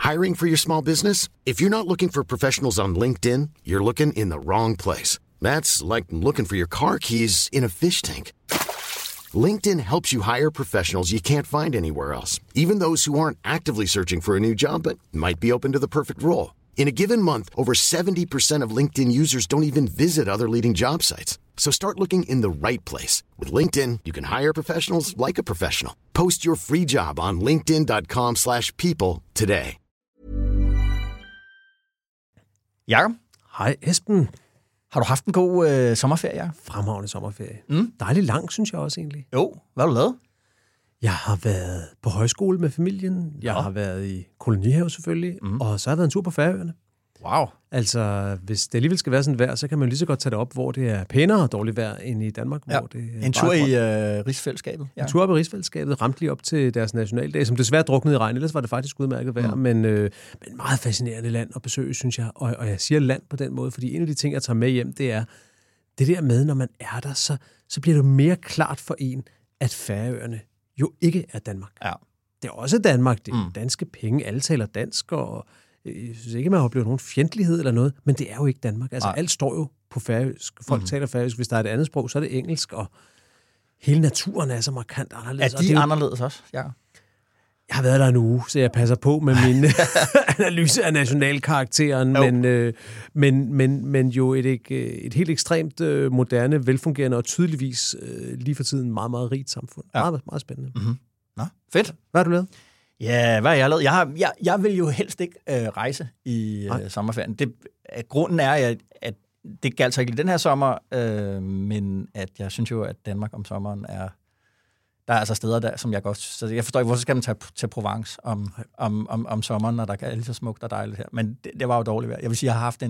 Hiring for your small business? If you're not looking for professionals on LinkedIn, you're looking in the wrong place. That's like looking for your car keys in a fish tank. LinkedIn helps you hire professionals you can't find anywhere else, even those who aren't actively searching for a new job but might be open to the perfect role. In a given month, over 70% of LinkedIn users don't even visit other leading job sites. So start looking in the right place. With LinkedIn, you can hire professionals like a professional. Post your free job on linkedin.com/people today. Jakob, Hej Esben. har du haft en god sommerferie, Jakob? Fremragende sommerferie. Mm. Dejligt lang, synes jeg også egentlig. Jo, hvad har du lavet? Jeg har været på højskole med familien. Jeg har været i kolonihave selvfølgelig. Og så har jeg været en tur på Færøerne. Wow. Altså, hvis det alligevel skal være sådan vejr, så kan man lige så godt tage det op, hvor det er pænere og dårligt vejr end i Danmark. Ja. Hvor det er En tur i rigsfællesskabet. En tur op i rigsfællesskabet, ramte lige op til deres nationaldag, som desværre druknede i regn. Ellers var det faktisk udmærket vejr, men meget fascinerende land at besøge, synes jeg. Og jeg siger land på den måde, fordi en af de ting, jeg tager med hjem, det er det der med, når man er der, så bliver det mere klart for en, at Færøerne jo ikke er Danmark. Ja. Det er også Danmark, det er danske penge, alle taler dansk, og jeg synes ikke, man har oplevet nogen fjendtlighed eller noget, men det er jo ikke Danmark. Altså, alt står jo på færøsk. Folk taler færøsk. Hvis der er et andet sprog, så er det engelsk, og hele naturen er så markant anderledes. Er de anderledes også? Ja. Jeg har været der en uge, så jeg passer på med min analyse af nationalkarakteren, men jo et helt ekstremt moderne, velfungerende og tydeligvis lige for tiden meget, meget rigt samfund. Ja. Meget, meget spændende. Mm-hmm. Nå, fedt. Hvad har du lavet? Ja, hvad har jeg lavet? Jeg vil jo helst ikke rejse i sommerferien. Grunden er, at det galt så ikke lige den her sommer, men at jeg synes jo, at Danmark om sommeren er... Der er altså steder der, som jeg godt... Så jeg forstår ikke, hvorfor skal man tage til Provence om sommeren, når der er lige så smukt og dejligt her. Men det var jo dårligt vejr. Jeg vil sige, jeg har haft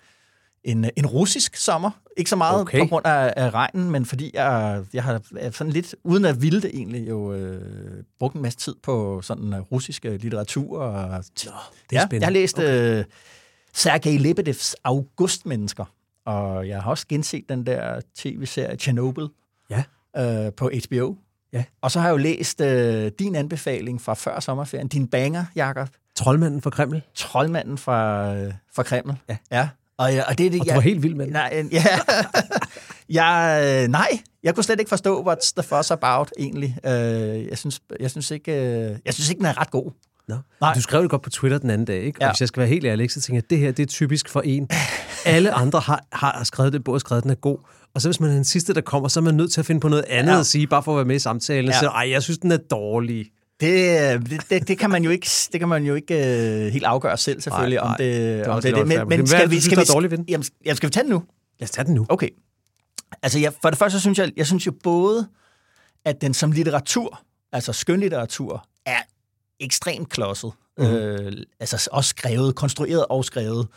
en russisk sommer. Ikke så meget på grund af regnen, men fordi jeg har sådan lidt, uden at ville det egentlig, jo brugt en masse tid på sådan russisk litteratur. Og, det er spændende. Jeg har læst Sergej Lebedevs Augustmennesker, og jeg har også genset den der tv-serie Chernobyl på HBO. Ja. Og så har jeg jo læst din anbefaling fra før sommerferien, din banger, Jakob. Troldmanden fra Kreml. Troldmanden fra Kreml. Ja. Og det, du var helt vild med den. Nej, jeg kunne slet ikke forstå, what's the fuss about, egentlig. Jeg synes ikke, den er ret god. No. Du skrev det godt på Twitter den anden dag, ikke? Og hvis jeg skal være helt ærlig, så tænker jeg, at det her, det er typisk for en. Alle andre har skrevet det, både skrevet, den er god. Og så hvis man er den sidste, der kommer, så er man nødt til at finde på noget andet at sige, bare for at være med i samtalen. Så jeg synes, den er dårlig. Det kan man jo ikke, helt afgøre selv, selvfølgelig, om det. Men skal vi tage den nu? Lad os tage den nu. Okay. Altså, for det første, så synes jeg både, at den som litteratur, altså skønlitteratur, er ekstremt klodset. Altså også skrevet, konstrueret og skrevet.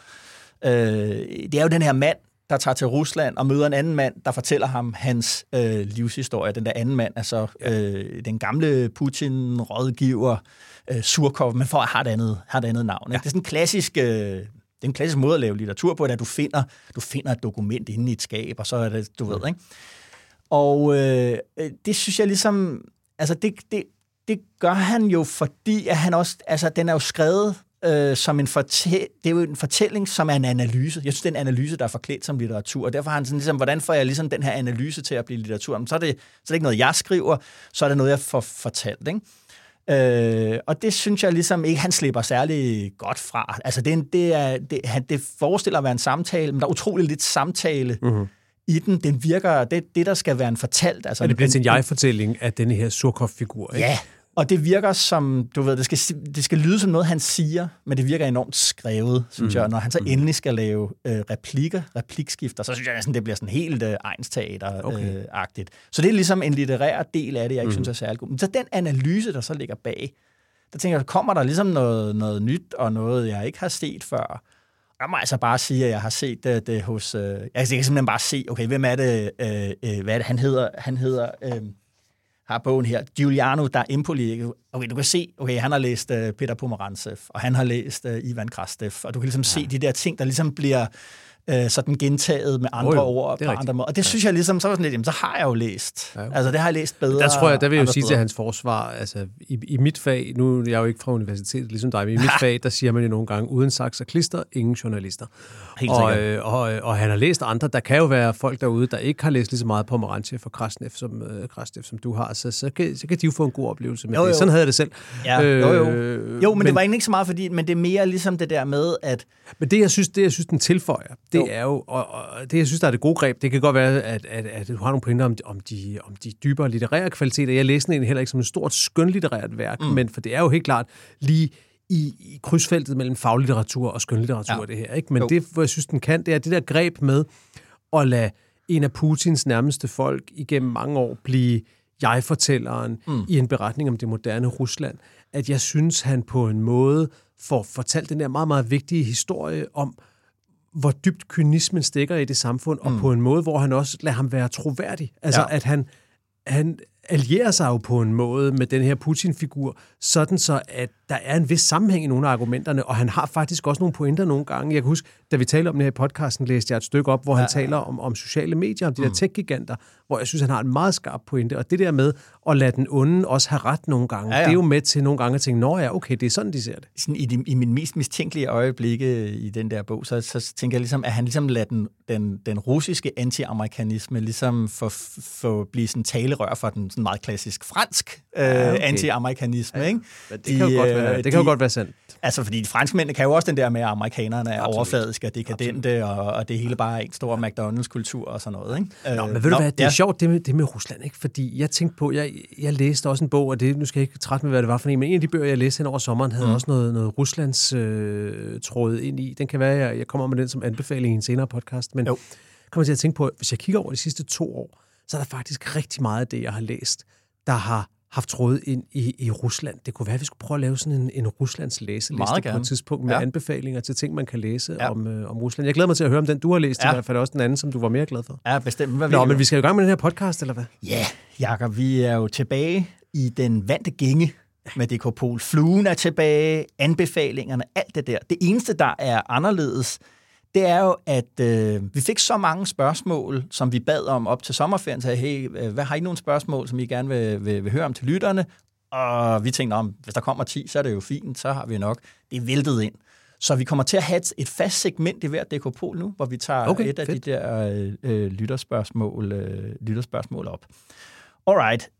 Det er jo den her mand, der tager til Rusland og møder en anden mand, der fortæller ham hans livshistorie. Den der anden mand er så den gamle Putin-rådgiver Surkov, men for at have et andet navn. Ja. Det er sådan en klassisk måde at lave litteratur på, at du finder et dokument inde i et skab, og så er det, du ved, ikke? Og det synes jeg ligesom, altså det gør han jo, fordi at han også, altså den er jo skrevet som det er jo en fortælling, som er en analyse. Jeg synes, det er en analyse, der er forklædt som litteratur, og derfor har han sådan ligesom, hvordan får jeg ligesom den her analyse til at blive litteratur? Men så er det ikke noget, jeg skriver, så er det noget, jeg får fortalt, ikke? Og det synes jeg ligesom ikke, han slipper særlig godt fra. Altså, det forestiller at være en samtale, men der er utrolig lidt samtale i den. Den virker, det der skal være en fortalt. Altså, det bliver til en jeg-fortælling af denne her Surkov-figur, ikke? Ja. Og det virker som, du ved, det skal lyde som noget, han siger, men det virker enormt skrevet, synes jeg. Når han så endelig skal lave replikskifter, så synes jeg næsten, det bliver sådan helt egnsteater-agtigt. Så det er ligesom en litterær del af det, jeg ikke synes er særlig god. Men så den analyse, der så ligger bag, der tænker jeg, kommer der ligesom noget nyt, og noget, jeg ikke har set før. Jeg må altså bare sige, at jeg har set det hos... Jeg kan simpelthen bare se, okay, hvem er det, hvad er det, han hedder... har bogen her, Giuliano da okay, du kan se, han har læst Peter Pomerantsev, og han har læst Ivan Krastev, og du kan ligesom se de der ting, der ligesom bliver sådan gentaget med andre ord på andre måder. Og det synes jeg ligesom, så var sådan lidt, jamen, så har jeg jo læst. Ja. Altså, det har jeg læst bedre. Der tror jeg, der vil jeg jo sige til hans forsvar, altså i mit fag, nu er jeg jo ikke fra universitetet, ligesom dig, men i mit fag, der siger man jo nogle gange, uden saks og klister, ingen journalister. Helt og han har læst andre. Der kan jo være folk derude, der ikke har læst lige så meget Pomerantsev og Krastev, som du har, så kan de jo få en god oplevelse med det. Sådan havde jeg det selv. Ja, jo, men det var egentlig ikke så meget, fordi, men det er mere ligesom det der med, at... Men det, jeg synes, den tilføjer, det er jo, og det, jeg synes, der er det gode greb, det kan godt være, at du har nogle pointer om de dybere litterære kvaliteter. Jeg læser den heller ikke som et stort skønlitterært værk, men for det er jo helt klart lige i krydsfeltet mellem faglitteratur og skønlitteratur, det her. Ikke? Men det, hvor jeg synes, den kan, det er det der greb med at lade en af Putins nærmeste folk igennem mange år blive jeg-fortælleren i en beretning om det moderne Rusland. At jeg synes, han på en måde får fortalt den der meget, meget vigtige historie om, hvor dybt kynismen stikker i det samfund, og på en måde, hvor han også lader ham være troværdig. Altså, at han allierer sig jo på en måde med den her Putin-figur, sådan så, at der er en vis sammenhæng i nogle af argumenterne, og han har faktisk også nogle pointer nogle gange. Jeg kan huske, da vi talte om det her i podcasten, læste jeg et stykke op, hvor han taler om sociale medier, om de der tech-giganter, hvor jeg synes, han har en meget skarp pointe, og det der med at lade den onde også have ret nogle gange, det er jo med til nogle gange at tænke, okay, det er sådan, de ser det. Sådan i min mest mistænkelige øjeblikke i den der bog, så tænker jeg ligesom, at han ligesom lader den russiske anti-amerikanisme ligesom få blive sådan talerør for den sådan meget klassisk fransk anti-amerikanisme, ikke? Det kan jo godt være. Det kan jo godt være sandt. Altså, fordi de franskmændene kan jo også den der med, at amerikanerne er overfladiske og dekadente, og det hele bare er en stor McDonald's-kultur og sådan noget, ikke? Nå, men ved du hvad, det er sjovt, det med Rusland, ikke? Fordi jeg tænkte på, jeg læste også en bog, og nu skal jeg ikke trætte med, hvad det var for en, men en af de bøger, jeg læste hen over sommeren, havde også noget Ruslands trådet ind i. Den kan være, jeg kommer med den som anbefaling i en senere podcast, men kommer til at tænke på, hvis jeg kigger over de sidste 2 år, så er der faktisk rigtig meget af det, jeg har læst, der har haft trådet ind i Rusland. Det kunne være, at vi skulle prøve at lave sådan en Ruslands læseliste på et tidspunkt med anbefalinger til ting, man kan læse om Rusland. Jeg glæder mig til at høre om den, du har læst, i hvert fald også den anden, som du var mere glad for. Ja, bestemt. Men vi skal jo i gang med den her podcast, eller hvad? Ja, Jakob, vi er jo tilbage i den vante gænge med DK Pol. Fluen er tilbage, anbefalingerne, alt det der. Det eneste, der er anderledes, det er jo, at vi fik så mange spørgsmål, som vi bad om op til sommerferien, så hey, hvad har I nogle spørgsmål, som I gerne vil høre om til lytterne? Og vi tænkte, hvis der kommer 10, så er det jo fint, så har vi nok. Det er væltet ind. Så vi kommer til at have et fast segment i hver DK Pol nu, hvor vi tager et af de der lytterspørgsmål op. Alright.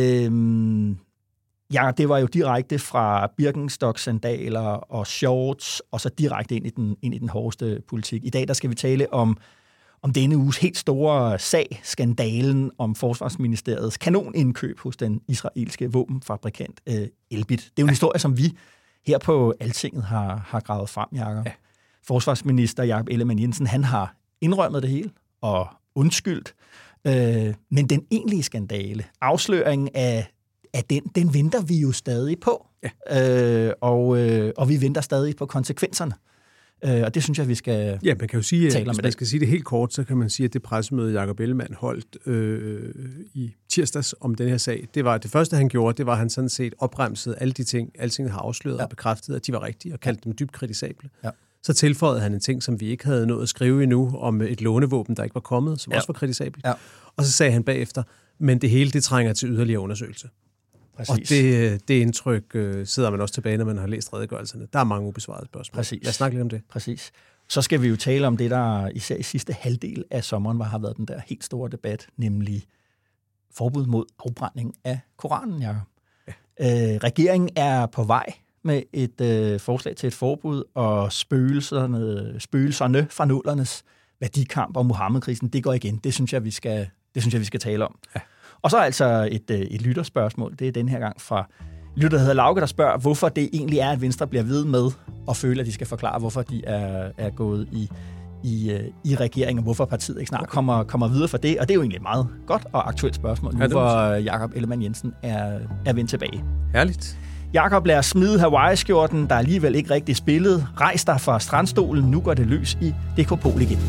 Ja, det var jo direkte fra Birkenstock-sandaler og shorts, og så direkte ind i den hårdeste politik. I dag der skal vi tale om denne uges helt store sag, skandalen om Forsvarsministeriets kanonindkøb hos den israelske våbenfabrikant Elbit. Det er jo en historie, som vi her på Altinget har gravet frem, Jakob. Ja. Forsvarsminister Jakob Ellemann-Jensen, han har indrømmet det hele og undskyldt. Men den egentlige skandale, afsløringen af den venter vi jo stadig på. Ja. Og vi venter stadig på konsekvenserne. Og det synes jeg, vi skal man kan jo sige, tale om. Hvis man skal sige det helt kort, så kan man sige, at det pressemøde, Jakob Ellemann holdt i tirsdags om den her sag, det var det første, han gjorde, det var, at han sådan set opremsede alle de ting, Altinget har afsløret og bekræftet, at de var rigtige, og kaldte dem dybt kritisable. Ja. Så tilføjede han en ting, som vi ikke havde nået at skrive endnu, om et lånevåben, der ikke var kommet, som også var kritisabelt. Ja. Og så sagde han bagefter, men det hele, det trænger til yderligere undersøgelse. Præcis. Og det indtryk sidder man også tilbage, når man har læst redegørelserne. Der er mange ubesvarede spørgsmål. Præcis. Lad os snakke lidt om det. Præcis. Så skal vi jo tale om det, der især i sidste halvdel af sommeren har været den der helt store debat, nemlig forbud mod afbrænding af Koranen, Jakob. Ja. Regeringen er på vej med et forslag til et forbud, og spøgelserne fra nullernes værdikamp og Muhammedkrisen, det går igen. Det synes jeg, vi skal tale om. Ja. Og så altså et lytterspørgsmål. Det er den her gang fra lytter, der hedder Lauke, der spørger, hvorfor det egentlig er, at Venstre bliver ved med at føle, at de skal forklare, hvorfor de er gået i regeringen, og hvorfor partiet ikke snart kommer videre for det. Og det er jo egentlig et meget godt og aktuelt spørgsmål, nu hvor Jakob Ellemann-Jensen er vendt tilbage. Herligt. Jakob, lad os smide Hawaii-skjorten, der alligevel ikke rigtig spillet. Rejs dig fra strandstolen, nu går det løs i DK Pol igen.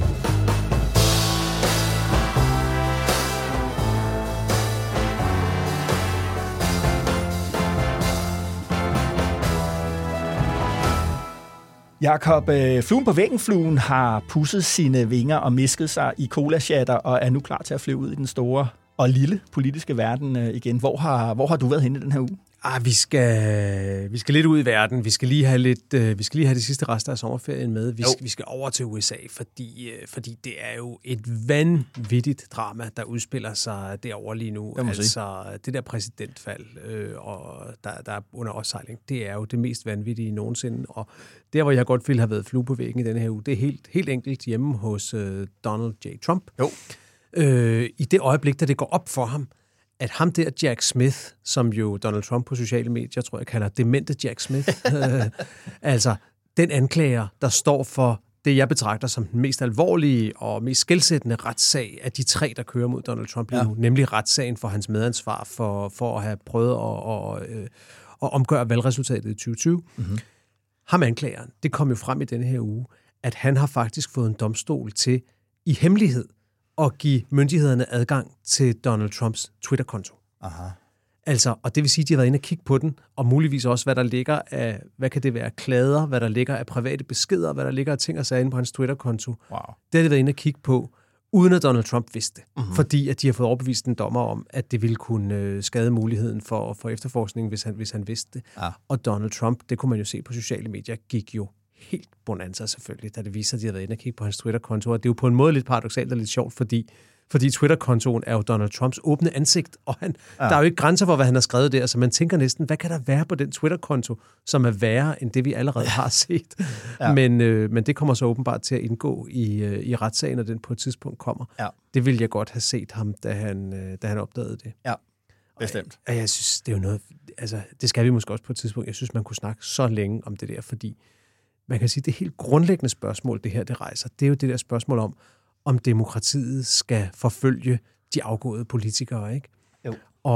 Jakob, fluen på væggen-fluen har pudset sine vinger og misket sig i colashatter og er nu klar til at flyve ud i den store og lille politiske verden igen. Hvor har du været henne i den her uge? Vi skal lidt ud i verden. Vi skal lige have de sidste rester af sommerferien med. Vi skal over til USA, fordi det er jo et vanvittigt drama, der udspiller sig derovre lige nu. Altså det der præsidentfald, og der er under opsejling, det er jo det mest vanvittige nogensinde. Og der, hvor jeg godt ville have været flue på væggen i denne her uge, det er helt enkelt hjemme hos Donald J. Trump. Jo. I det øjeblik, da det går op for ham, at ham der Jack Smith, som jo Donald Trump på sociale medier, tror jeg kalder demente Jack Smith, altså den anklager, der står for det, jeg betragter som den mest alvorlige og mest skelsættende retssag af de 3, der kører mod Donald Trump lige nu, nemlig retssagen for hans medansvar for at have prøvet at omgøre valgresultatet i 2020. Mm-hmm. Ham anklageren, det kom jo frem i denne her uge, at han har faktisk fået en domstol til i hemmelighed at give myndighederne adgang til Donald Trumps Twitter-konto. Aha. Altså, og det vil sige, at de har været inde og kigge på den, og muligvis også, hvad der ligger af, hvad kan det være, klader, hvad der ligger af private beskeder, hvad der ligger af ting og sager inde på hans Twitter-konto. Wow. Det har de været inde og kigge på, uden at Donald Trump vidste det. Mm-hmm. Fordi at de har fået overbevist en dommer om, at det ville kunne skade muligheden for efterforskning, hvis han vidste det. Ja. Og Donald Trump, det kunne man jo se på sociale medier, gik jo helt bonanza selvfølgelig, da det viser, at de har været inde og kigge på hans Twitter-konto. Og det er jo på en måde lidt paradoksalt og lidt sjovt, fordi Twitter-kontoen er jo Donald Trumps åbne ansigt, og der er jo ikke grænser for, hvad han har skrevet der, så man tænker næsten, hvad kan der være på den Twitter-konto, som er værre end det, vi allerede har set. Ja. Men det kommer så åbenbart til at indgå i retssagen, når den på et tidspunkt kommer. Ja. Det ville jeg godt have set ham, da han opdagede det. Ja, bestemt. Og jeg synes, det er jo noget, altså det skal vi måske også på et tidspunkt, jeg synes, man kunne snakke så længe om det der, fordi man kan sige, det helt grundlæggende spørgsmål, det rejser, det er jo det der spørgsmål om demokratiet skal forfølge de afgåede politikere, ikke? Jo.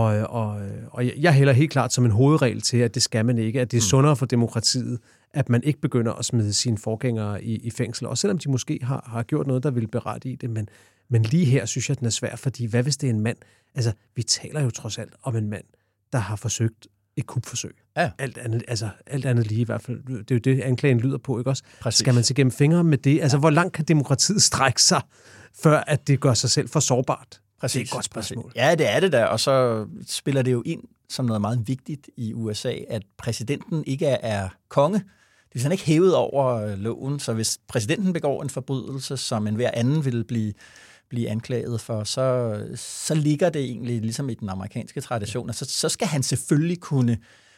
Og jeg hælder helt klart som en hovedregel til, at det skal man ikke, at det er sundere for demokratiet, at man ikke begynder at smide sine forgængere i fængsel, og selvom de måske har gjort noget, der vil berette i det, men lige her synes jeg, den er svær, fordi hvad hvis det er en mand? Altså, vi taler jo trods alt om en mand, der har forsøgt et kupforsøg. Ja. Alt andet lige i hvert fald. Det er jo det, anklagen lyder på, ikke også? Præcis. Skal man se gennem fingre med det? Altså, hvor langt kan demokratiet strække sig, før at det gør sig selv for sårbart? Præcis. Det er et godt spørgsmål. Ja, det er det der, og så spiller det jo ind som noget meget vigtigt i USA, at præsidenten ikke er konge. Det er sådan ikke hævet over loven, så hvis præsidenten begår en forbrydelse, som enhver anden vil blive anklaget for, så ligger det egentlig ligesom i den amerikanske tradition, og så skal han selvfølgelig kunne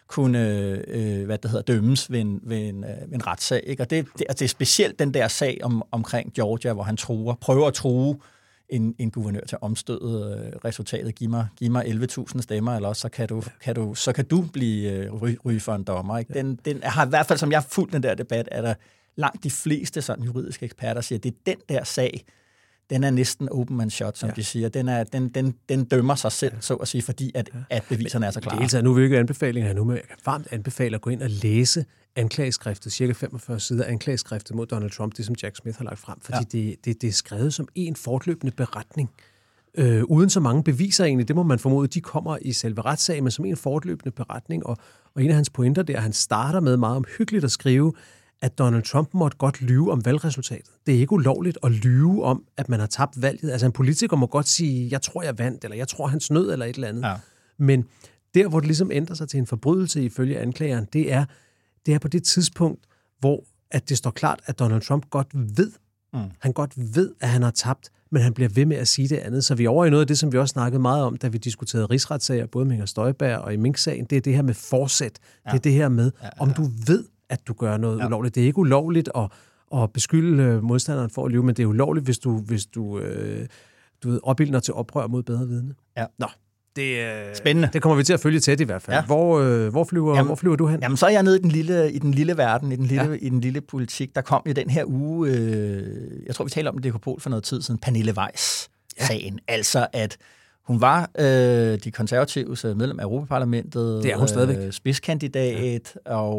dømmes ved en retssag. Ikke? Og det er specielt den der sag omkring Georgia, hvor han prøver at true en guvernør til at omstøde resultatet. Giv mig 11.000 stemmer, eller også så kan du blive ryge for en dommer. Ikke? Den har i hvert fald, som jeg har fulgt den der debat, er der langt de fleste sådan juridiske eksperter siger, at det er den der sag, den er næsten open man shot, som de siger. Den dømmer sig selv, så at sige, fordi at beviserne er så klare. Det er nu vil jeg ikke anbefalinger nu, men jeg kan varmt anbefale at gå ind og læse anklageskriftet, cirka 45 sider anklageskriftet mod Donald Trump, det som Jack Smith har lagt frem, fordi det er skrevet som en fortløbende beretning, uden så mange beviser egentlig. Det må man formode, de kommer i selve retssagen, men som en fortløbende beretning, og en af hans pointer der, han starter med meget omhyggeligt at skrive, at Donald Trump måtte godt lyve om valgresultatet. Det er ikke ulovligt at lyve om, at man har tabt valget. Altså en politiker må godt sige, jeg tror, jeg vandt, eller jeg tror, han snød, eller et eller andet. Ja. Men der, hvor det ligesom ændrer sig til en forbrydelse ifølge anklageren, det er på det tidspunkt, hvor at det står klart, at Donald Trump godt ved, han godt ved, at han har tabt, men han bliver ved med at sige det andet. Så vi er over i noget af det, som vi også snakkede meget om, da vi diskuterede rigsretssager, både med Inger Støjberg og i Mink-sagen. Det er det her med forsæt. Ja. Det er det her med, om du ved, at du gør noget ulovligt. Det er ikke ulovligt at beskylde modstanderen for at lyve, men det er ulovligt, hvis du opildner til oprør mod bedre vidne. Ja. Nå, det er spændende. Det kommer vi til at følge tæt i hvert fald. Ja. Hvor flyver du hen? Jamen, så er jeg nede i den lille verden, i den lille politik. Der kom jo den her uge, jeg tror, vi talte om det i Dekopol for noget tid siden, Pernille Weiss-sagen. Ja. Altså, at hun var de konservatives medlem af Europaparlamentet. Det er hun stadigvæk. Spidskandidat,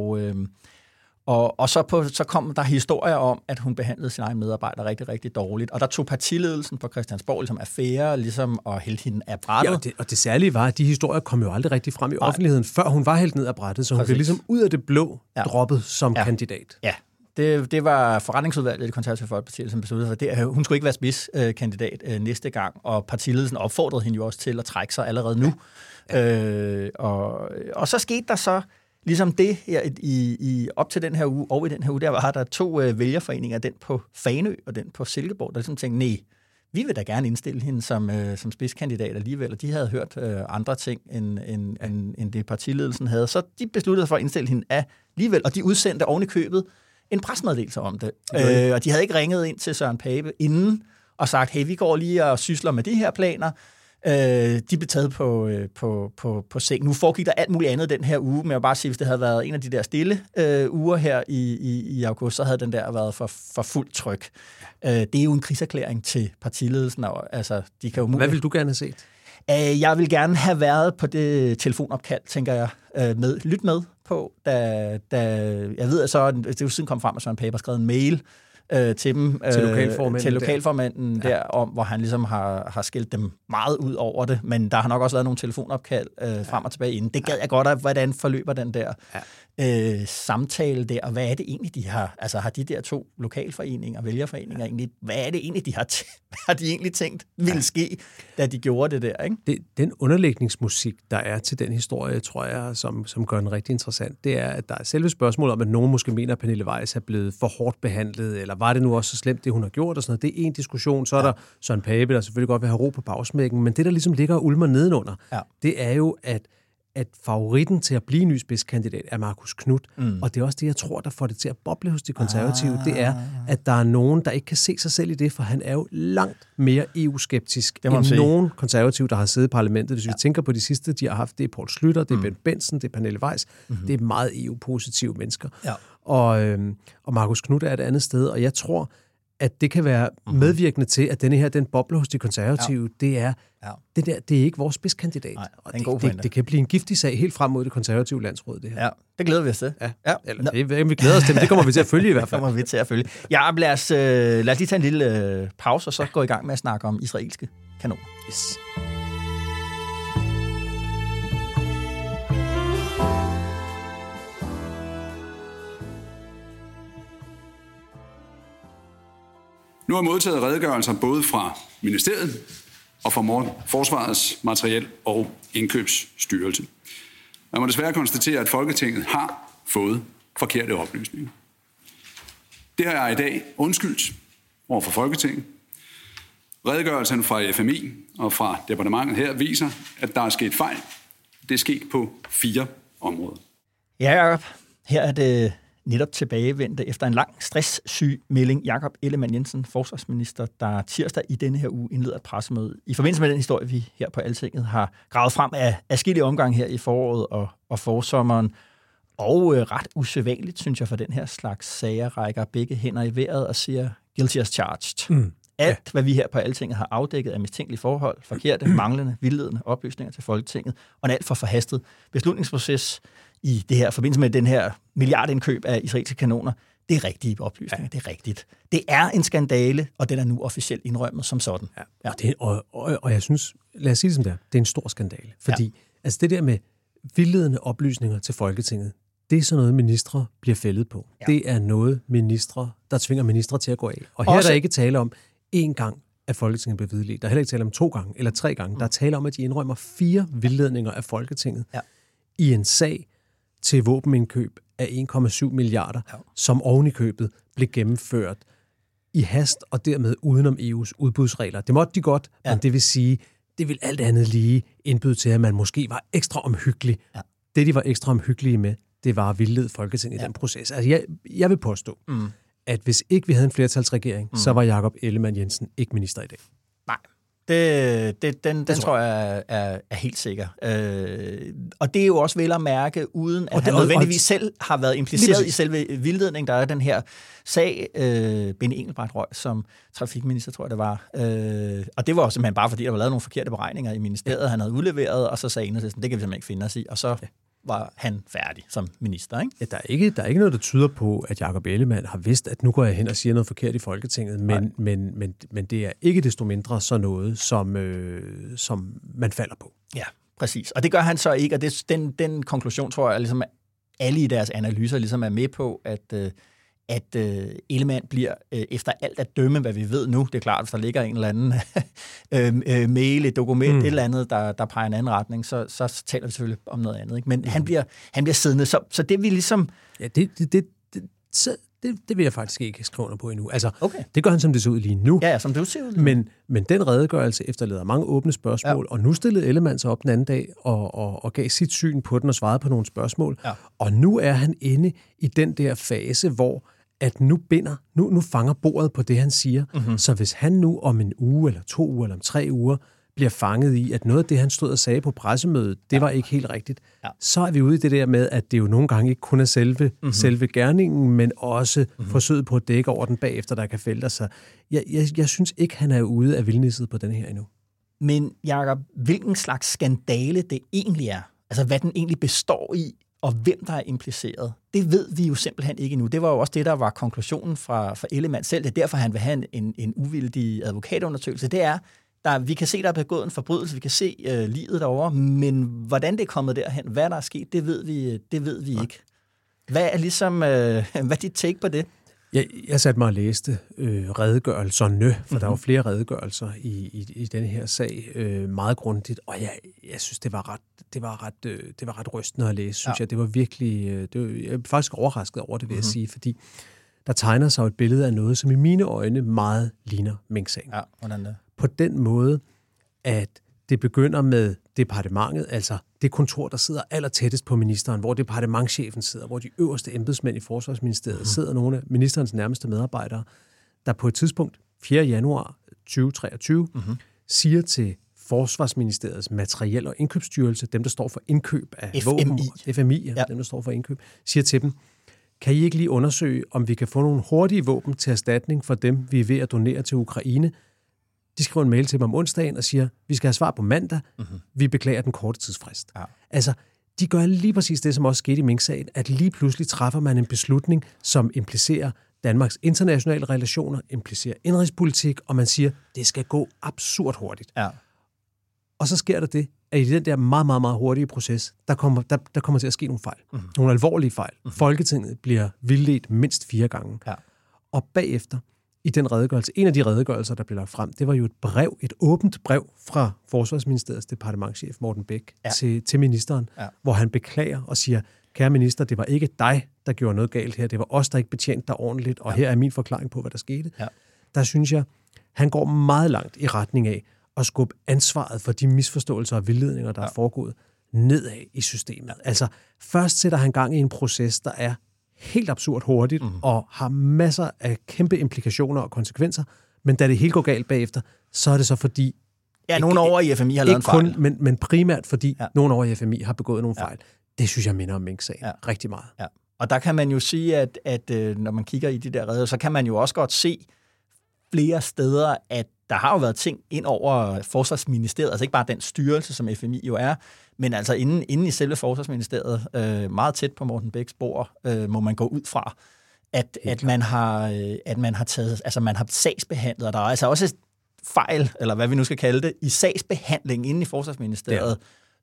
og så kom der historier om, at hun behandlede sine egne medarbejdere rigtig, rigtig dårligt. Og der tog partiledelsen på Christiansborg ligesom affære, ligesom at hælde hende af brættet. Ja, og det særlige var, at de historier kom jo aldrig rigtig frem i offentligheden, før hun var hældt ned af brættet, så hun blev ligesom ud af det blå droppet som kandidat. Ja, det var forretningsudvalget i Det Konservative Folkeparti, som besluttede, at hun skulle ikke være spidskandidat næste gang, og partiledelsen opfordrede hende jo også til at trække sig allerede nu. Og så skete der så ligesom det her op til den her uge, og i den her uge, der var der 2 vælgerforeninger, den på Fanø og den på Silkeborg, der ligesom tænkte, nej, vi vil da gerne indstille hende som spidskandidat alligevel, og de havde hørt andre ting, end det partiledelsen havde. Så de besluttede sig for at indstille hende alligevel, og de udsendte oven i købet en pressemeddelelse om det. Og de havde ikke ringet ind til Søren Pape inden og sagt, hey, vi går lige og sysler med de her planer. De blev taget på seng. Nu foregik der alt muligt andet den her uge, men jeg vil bare sige, hvis det havde været en af de der stille uger her i august, så havde den der været for fuldt tryk. Det er jo en krigserklæring til partiledelsen. Altså, de kan jo Hvad vil du gerne have set? Jeg vil gerne have været på det telefonopkald, tænker jeg, lyt med på, da jeg ved, at så det jo siden kom frem, at Søren Pape har skrevet en mail til dem, til lokalformanden der, om, hvor han ligesom har skældt dem meget ud over det, men der har nok også været nogle telefonopkald frem og tilbage inden. Det gad jeg godt af, hvordan forløber den der samtale der, og hvad er det egentlig, de har, altså har de der 2 lokalforeninger, vælgerforeninger egentlig, hvad er det egentlig, har de egentlig tænkt ville ske, da de gjorde det der, ikke? Den underlægningsmusik, der er til den historie, tror jeg, som gør den rigtig interessant, det er, at der er selve spørgsmålet om, at nogen måske mener, at Pernille Weiss er blevet for hårdt behandlet, eller var det nu også så slemt, det hun har gjort, og sådan noget. Det er en diskussion. Så er der Søren Pape, der selvfølgelig godt vil have ro på bagsmækken, men det, der ligesom ligger og ulmer nedenunder, det er jo, at favoritten til at blive ny spidskandidat er Marcus Knuth, og det er også det, jeg tror, der får det til at boble hos de konservative, det er, at der er nogen, der ikke kan se sig selv i det, for han er jo langt mere EU-skeptisk end nogen konservative, der har siddet i parlamentet. Hvis vi tænker på de sidste, de har haft, det er Poul Schlüter, det er Bent Benson, det er Pernille Weiss, det er meget EU-positive mennesker. Ja. Og Marcus Knuth er et andet sted, og jeg tror, at det kan være medvirkende til, at denne her, den bobler hos de konservative, det er det er ikke vores spidskandidat. Nej, og det kan blive en giftig sag helt frem mod det konservative landsråd, det her. Ja, det glæder vi os til. Ja. Eller vi glæder os til, men det kommer vi til at følge i hvert fald. Det kommer vi til at følge. Ja, lad os lige tage en lille pause, og så gå i gang med at snakke om israelske kanoner. Yes. Nu har jeg modtaget redegørelser både fra ministeriet og fra Forsvarets Materiel- og Indkøbsstyrelse. Man må desværre konstatere, at Folketinget har fået forkerte oplysninger. Det har jeg i dag undskyldt over for Folketinget. Redegørelsen fra FMI og fra departementet her viser, at der er sket fejl. Det er sket på 4 områder. Ja, Jacob. Her er det netop tilbagevendte efter en lang stresssyg melding. Jakob Ellemann-Jensen, forsvarsminister, der tirsdag i denne her uge indleder et pressemøde. I forbindelse med den historie, vi her på Altinget har gravet frem af adskillige omgang her i foråret og forsommeren. Og ret usædvanligt, synes jeg, for den her slags sager rækker begge hænder i vejret og siger guilty as charged. Alt, hvad vi her på Altinget har afdækket af mistænkelige forhold, forkerte, manglende, vildledende oplysninger til Folketinget, og en alt for forhastet beslutningsproces i det her forbindelse med den her milliardindkøb af israelske kanoner, det er rigtige oplysninger, det er rigtigt. Det er en skandale, og den er nu officielt indrømmet som sådan. Ja. Og jeg synes, lad os sige det som det er, det er en stor skandale, fordi altså det der med vildledende oplysninger til Folketinget, det er sådan noget, ministre bliver fældet på. Ja. Det er noget, der tvinger ministre til at gå af. Og her er der ikke tale om én gang, at Folketinget bliver vildledt. Der er heller ikke tale om 2 gange eller 3 gange. Der er tale om, at de indrømmer 4 vildledninger af Folketinget i en sag til våbenindkøb af 1,7 milliarder, som oven i købet blev gennemført i hast og dermed udenom EU's udbudsregler. Det måtte de godt, men det vil sige, det vil alt andet lige indbyde til, at man måske var ekstra omhyggelig. Ja. Det, de var ekstra omhyggelige med, det var at vildlede Folketinget i den proces. Altså, jeg vil påstå, at hvis ikke vi havde en flertalsregering, så var Jakob Ellemann-Jensen ikke minister i dag. Nej. Den tror jeg er helt sikker. Og det er jo også vel at mærke, uden at han nødvendigvis selv har været impliceret i selve vildledningen. Der er den her sag, Benny Engelbrecht røg som trafikminister, tror jeg det var. Og det var jo simpelthen bare, fordi der var lavet nogle forkerte beregninger i ministeriet, han havde udleveret, og så sagde Enhedslisten, det kan vi simpelthen ikke finde os i. Og så var han færdig som minister, ikke? Ja, der er ikke noget, der tyder på, at Jakob Ellemann har vidst, at nu går jeg hen og siger noget forkert i Folketinget, men det er ikke desto mindre sådan noget, som man falder på. Ja, præcis. Og det gør han så ikke, og den konklusion tror jeg, ligesom alle i deres analyser ligesom er med på, at Ellemann bliver, efter alt at dømme, hvad vi ved nu, det er klart, hvis der ligger en eller anden mail, et dokument, et eller andet, der peger en anden retning, så taler vi selvfølgelig om noget andet. Ikke? Men han bliver siddende. Så det vi ligesom... Ja, det vil jeg faktisk ikke skrive under på endnu. Altså, okay. Det gør han, som det ser ud lige nu. Ja, som det ser ud lige nu. Men den redegørelse efterlader mange åbne spørgsmål, og nu stillede Ellemann sig op den anden dag og gav sit syn på den og svarede på nogle spørgsmål. Ja. Og nu er han inde i den der fase, hvor at nu fanger bordet på det, han siger. Mm-hmm. Så hvis han nu om en uge, eller 2 uger, eller om 3 uger, bliver fanget i, at noget af det, han stod og sagde på pressemødet, det var ikke helt rigtigt, så er vi ude i det der med, at det jo nogle gange ikke kun er selve gerningen, men også forsøget på at dække over den bagefter, der kan fælde sig. Jeg synes ikke, han er ude af vildnisset på den her endnu. Men Jacob, hvilken slags skandale det egentlig er, altså hvad den egentlig består i, og hvem der er impliceret, det ved vi jo simpelthen ikke endnu. Det var jo også det, der var konklusionen fra Ellemann selv. Det er derfor, han vil have en uvildig advokatundersøgelse. Det er, vi kan se, der er begået en forbrydelse, vi kan se livet derovre, men hvordan det er kommet derhen, hvad der er sket, det ved vi ikke. Hvad er ligesom, hvad er dit take på det? Jeg satte mig og læste redegørelserne, for der var flere redegørelser i denne her sag, meget grundigt, og jeg synes, det var ret rystende at læse, synes jeg. Det var virkelig, jeg er faktisk overrasket over det, vil jeg sige, fordi der tegner sig et billede af noget, som i mine øjne meget ligner Mink-sagen. Ja, hvordan det? På den måde, at det begynder med departementet, altså det kontor, der sidder allertættest på ministeren, hvor departementschefen sidder, hvor de øverste embedsmænd i Forsvarsministeriet sidder, nogle af ministerens nærmeste medarbejdere, der på et tidspunkt, 4. januar 2023, siger til Forsvarsministeriets materiel- og indkøbsstyrelse, dem der står for indkøb af våben, FMI, dem der står for indkøb, siger til dem, kan I ikke lige undersøge, om vi kan få nogle hurtige våben til erstatning for dem, vi er ved at donere til Ukraine? De skriver en mail til dem om onsdagen og siger, vi skal have svar på mandag, vi beklager den korte tidsfrist. Ja. Altså, de gør lige præcis det, som også skete i Mink-sagen, at lige pludselig træffer man en beslutning, som implicerer Danmarks internationale relationer, implicerer indrigspolitik, og man siger, det skal gå absurd hurtigt. Ja. Og så sker der det, at i den der meget, meget, meget hurtige proces, der kommer til at ske nogle fejl. Nogle alvorlige fejl. Folketinget bliver vildledt mindst 4 gange. Ja. Og bagefter, i den redegørelse, en af de redegørelser, der blev lagt frem, det var jo et åbent brev fra Forsvarsministeriets departementschef Morten Bæk til ministeren, hvor han beklager og siger, kære minister, det var ikke dig, der gjorde noget galt her, det var os, der ikke betjente dig ordentligt, og her er min forklaring på, hvad der skete. Ja. Der synes jeg, han går meget langt i retning af at skubbe ansvaret for de misforståelser og vildledninger, der er foregået, nedad i systemet. Altså, først sætter han gang i en proces, der er helt absurd hurtigt, og har masser af kæmpe implikationer og konsekvenser, men da det hele går galt bagefter, så er det så fordi... Ja, nogen over i FMI har lavet en fejl. Men primært fordi nogen over i FMI har begået nogle fejl. Det synes jeg minder om Mink-sagen rigtig meget. Ja. Og der kan man jo sige, at når man kigger i de der redder, så kan man jo også godt se flere steder, at der har jo været ting ind over Forsvarsministeriet, altså ikke bare den styrelse, som FMI jo er, men altså inde i selve Forsvarsministeriet, meget tæt på Morten Bæks bord, må man gå ud fra, at man har taget, altså man har sagsbehandlet, og der er altså også fejl, eller hvad vi nu skal kalde det, i sagsbehandling inde i Forsvarsministeriet,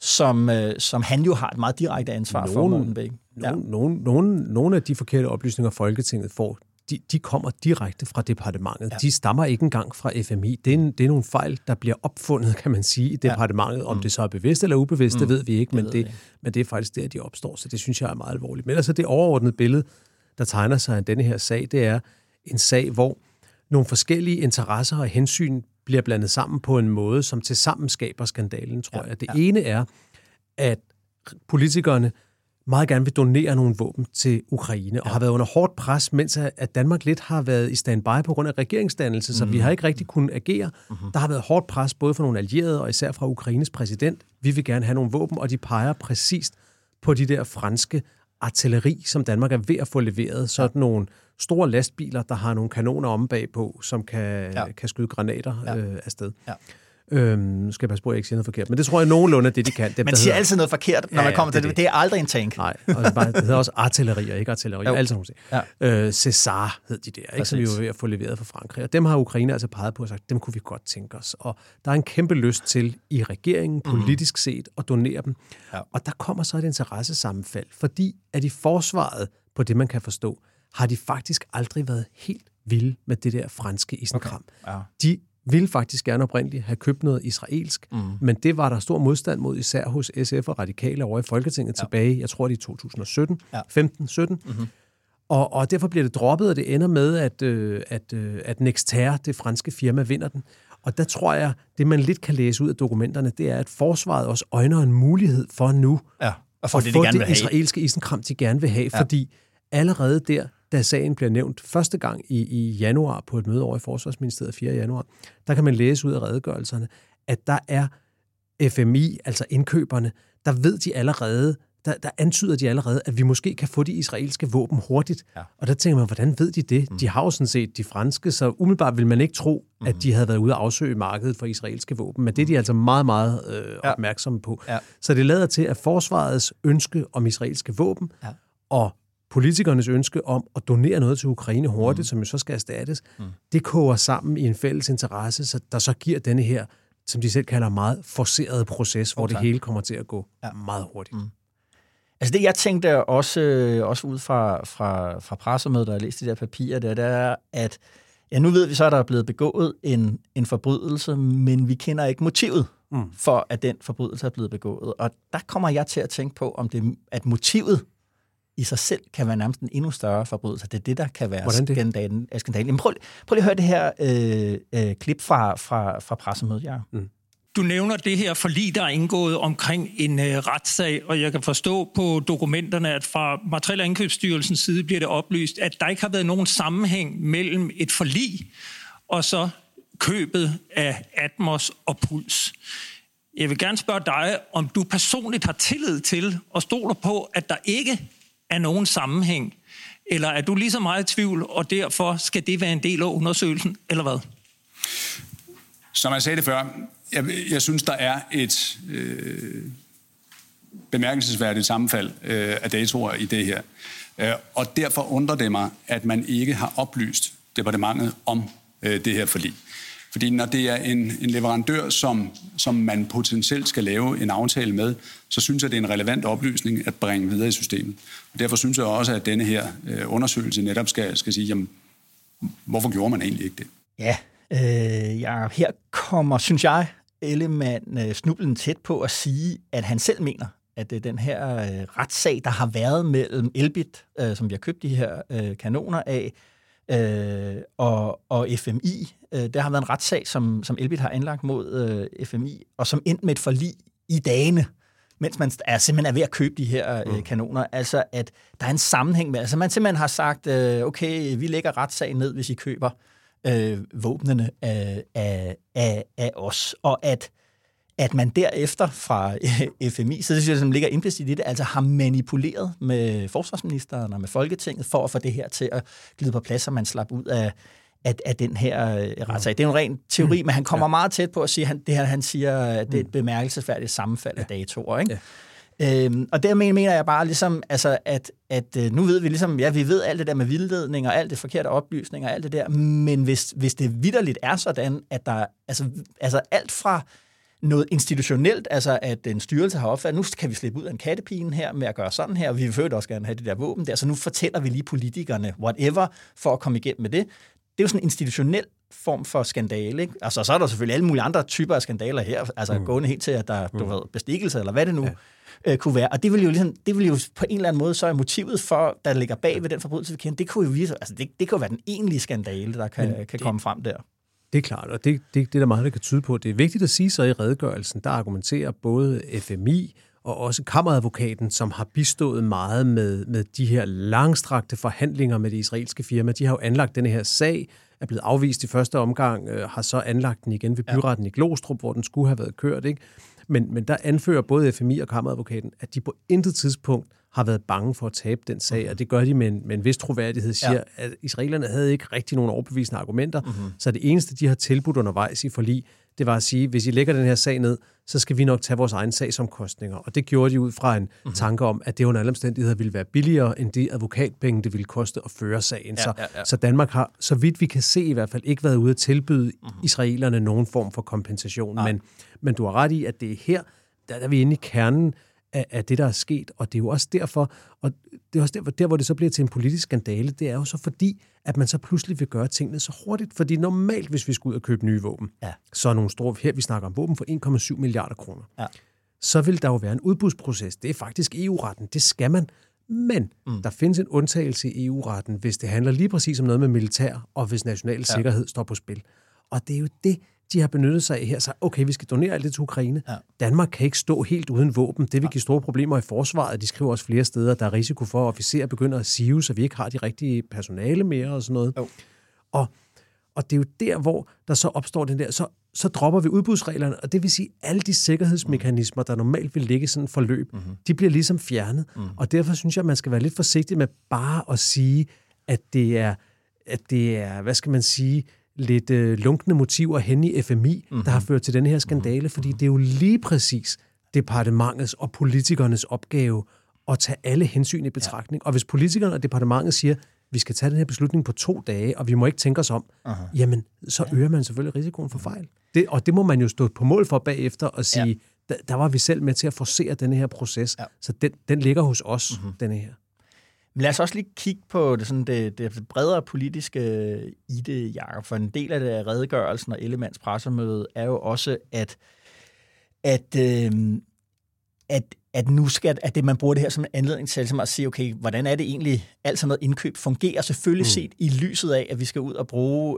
som han jo har et meget direkte ansvar for, Morten Bæk. Nogle af de forkerte oplysninger, Folketinget får, de kommer direkte fra departementet. Ja. De stammer ikke engang fra FMI. Det er nogle fejl, der bliver opfundet, kan man sige, i departementet. Om det så er bevidst eller ubevidst, det ved vi ikke, men det er faktisk der, de opstår. Så det synes jeg er meget alvorligt. Men altså det overordnede billede, der tegner sig af denne her sag, det er en sag, hvor nogle forskellige interesser og hensyn bliver blandet sammen på en måde, som tilsammen skaber skandalen, tror jeg. Det ene er, at politikerne meget gerne vil donere nogle våben til Ukraine, og har været under hårdt pres, mens at Danmark lidt har været i standby på grund af regeringsdannelse, så vi har ikke rigtig kunnet agere. Der har været hårdt pres både fra nogle allierede, og især fra Ukraines præsident. Vi vil gerne have nogle våben, og de peger præcist på de der franske artilleri, som Danmark er ved at få leveret. Sådan nogle store lastbiler, der har nogle kanoner omme bagpå, som kan skyde granater afsted. Ja. Nu skal jeg passe på, at jeg ikke siger noget forkert, men det tror jeg nogenlunde er det, de kan. Man siger altid noget forkert, når man kommer til det. Det er aldrig en tank. Nej, og det hedder også artilleri, og ikke artilleri. Altså César hed de der, ikke, som vi var ved at få leveret fra Frankrig. Og dem har Ukraine altså peget på og sagt, dem kunne vi godt tænke os. Og der er en kæmpe lyst til i regeringen, politisk set, at donere dem. Ja. Og der kommer så et interessesammenfald, fordi at i forsvaret, på det man kan forstå, har de faktisk aldrig været helt vilde med det der franske isenkram. Okay. Ja. De ville faktisk gerne oprindeligt have købt noget israelsk, men det var der stor modstand mod, især hos SF og Radikale over i Folketinget tilbage, jeg tror det er 2017, 15-17. Mm-hmm. Og derfor bliver det droppet, og det ender med, at Nexter, det franske firma, vinder den. Og der tror jeg, det man lidt kan læse ud af dokumenterne, det er, at forsvaret også øjner en mulighed for nu at få det israelske isenkram, de gerne vil have. Ja. Fordi allerede der, da sagen bliver nævnt første gang i januar på et møde over i Forsvarsministeriet 4. januar, der kan man læse ud af redegørelserne, at der er FMI, altså indkøberne, der ved de allerede, der antyder de allerede, at vi måske kan få de israelske våben hurtigt. Ja. Og der tænker man, hvordan ved de det? De har jo sådan set de franske, så umiddelbart vil man ikke tro, at de havde været ude at afsøge markedet for israelske våben. Men det er de altså meget, meget opmærksomme på. Ja. Så det lader til, at forsvarets ønske om israelske våben og politikernes ønske om at donere noget til Ukraine hurtigt, som jo så skal erstattes, det koger sammen i en fælles interesse, så der så giver denne her, som de selv kalder, meget forceret proces, hvor det hele kommer til at gå meget hurtigt. Altså det, jeg tænkte også ud fra pressemødet, der jeg læste de der papirer, det er, at nu ved vi så, at der er blevet begået en forbrydelse, men vi kender ikke motivet for, at den forbrydelse er blevet begået. Og der kommer jeg til at tænke på, om det, at motivet i sig selv kan være nærmest en endnu større forbrydelse. Det er det, der kan være skandalen. Men prøv lige at høre det her klip fra pressemødet, ja. Du nævner det her forlig, der er indgået omkring en retssag, og jeg kan forstå på dokumenterne, at fra Materiel- og Indkøbsstyrelsens side bliver det oplyst, at der ikke har været nogen sammenhæng mellem et forlig og så købet af Atmos og Puls. Jeg vil gerne spørge dig, om du personligt har tillid til og stoler på, at der ikke er nogen sammenhæng, eller er du lige så meget i tvivl, og derfor skal det være en del af undersøgelsen, eller hvad? Som jeg sagde det før, jeg synes, der er et bemærkelsesværdigt sammenfald af datoer i det her. Og derfor undrer det mig, at man ikke har oplyst departementet om det her forlig. Fordi når det er en leverandør, som man potentielt skal lave en aftale med, så synes jeg, det er en relevant oplysning at bringe videre i systemet. Og derfor synes jeg også, at denne her undersøgelse netop skal sige, jamen, hvorfor gjorde man egentlig ikke det? Ja, her kommer, synes jeg, Ellemann snublen tæt på at sige, at han selv mener, at den her retssag, der har været mellem Elbit, som vi har købt de her kanoner af, og FMI. Der har været en retssag, som Elbit har anlagt mod FMI, og som endte med et forlig i dagene, mens man simpelthen er ved at købe de her kanoner. Altså, at der er en sammenhæng med, altså man simpelthen har sagt, okay, vi lægger retssagen ned, hvis I køber våbnene af os, og at man derefter fra FMI, så det synes jeg, som ligger implicit i det, altså har manipuleret med forsvarsministeren og med Folketinget for at få det her til at glide på plads, så man slap ud af den her retssag. Det er en ren teori, men han kommer meget tæt på at sige, han siger, at det er et bemærkelsesværdigt sammenfald af datoer, ikke? Og der mener jeg bare ligesom, altså, at nu ved vi ligesom, ja, vi ved alt det der med vildledning og alt det forkerte oplysninger og alt det der, men hvis det vitterligt er sådan, at der, altså alt fra noget institutionelt, altså at en styrelse har opfattet, nu kan vi slippe ud af en kattepine her med at gøre sådan her, og vi vil også gerne have det der våben der, så nu fortæller vi lige politikerne, whatever, for at komme igennem med det. Det er jo sådan en institutionel form for skandale, ikke? Altså, så er der selvfølgelig alle mulige andre typer af skandaler her, altså gående helt til, at der er bestikkelse, eller hvad det nu kunne være. Og det vil jo på en eller anden måde, så er motivet for, der ligger bag ved den forbrydelse, vi kender, det kunne jo vise, altså det kunne være den egentlige skandale, der kan komme frem der. Det er klart, og det er der meget, der kan tyde på. Det er vigtigt at sige så i redegørelsen, der argumenterer både FMI og også kammeradvokaten, som har bistået meget med de her langstrakte forhandlinger med det israelske firma. De har jo anlagt denne her sag, er blevet afvist i første omgang, har så anlagt den igen ved byretten i Glostrup, hvor den skulle have været kørt, ikke? Men der anfører både FMI og kammeradvokaten, at de på intet tidspunkt har været bange for at tabe den sag, og det gør de med en vis troværdighed, siger, at israelerne havde ikke rigtig nogen overbevisende argumenter, så det eneste, de har tilbudt undervejs i forlig, det var at sige, hvis I lægger den her sag ned, så skal vi nok tage vores egen sagsomkostninger. Og det gjorde de ud fra en tanke om, at det under alle omstændigheder ville være billigere, end det advokatpenge, det ville koste at føre sagen. Så Danmark har, så vidt vi kan se, i hvert fald ikke været ude at tilbyde israelerne nogen form for kompensation. Men du har ret i, at det er her, der er vi inde i kernen af det, der er sket, og det er jo også derfor, og det er også der, hvor det så bliver til en politisk skandale, det er jo så fordi, at man så pludselig vil gøre tingene så hurtigt, fordi normalt, hvis vi skal ud og købe nye våben, så er nogle store, her vi snakker om våben for 1,7 milliarder kroner, så vil der jo være en udbudsproces. Det er faktisk EU-retten, det skal man, men der findes en undtagelse i EU-retten, hvis det handler lige præcis om noget med militær, og hvis national sikkerhed står på spil. Og det er jo det, de har benyttet sig af her. Så okay, vi skal donere alt det til Ukraine. Ja. Danmark kan ikke stå helt uden våben. Det vil give store problemer i forsvaret. De skriver også flere steder, der er risiko for, at officerer begynder at sive, så vi ikke har de rigtige personale mere og sådan noget. Og det er jo der, hvor der så opstår den der, så dropper vi udbudsreglerne, og det vil sige, alle de sikkerhedsmekanismer, der normalt vil ligge i sådan et forløb, de bliver ligesom fjernet. Og derfor synes jeg, at man skal være lidt forsigtig med bare at sige, at det er, hvad skal man sige, lidt lunkne motiver hen i FMI, der har ført til den her skandale, fordi det er jo lige præcis departementets og politikernes opgave at tage alle hensyn i betragtning. Og hvis politikerne og departementet siger, vi skal tage den her beslutning på 2 dage, og vi må ikke tænke os om, jamen, så øger man selvfølgelig risikoen for fejl. Og det må man jo stå på mål for bagefter og sige, der var vi selv med til at forcere denne her proces, så den ligger hos os, denne her. Men lad os også lige kigge på det bredere politiske i det, Jacob. For en del af det af redegørelsen og Ellemanns pressemøde er jo også, at nu skal at det man bruger det her som en anledning til at sige, okay, hvordan er det egentlig, alt sådan noget indkøb fungerer, selvfølgelig set i lyset af, at vi skal ud og bruge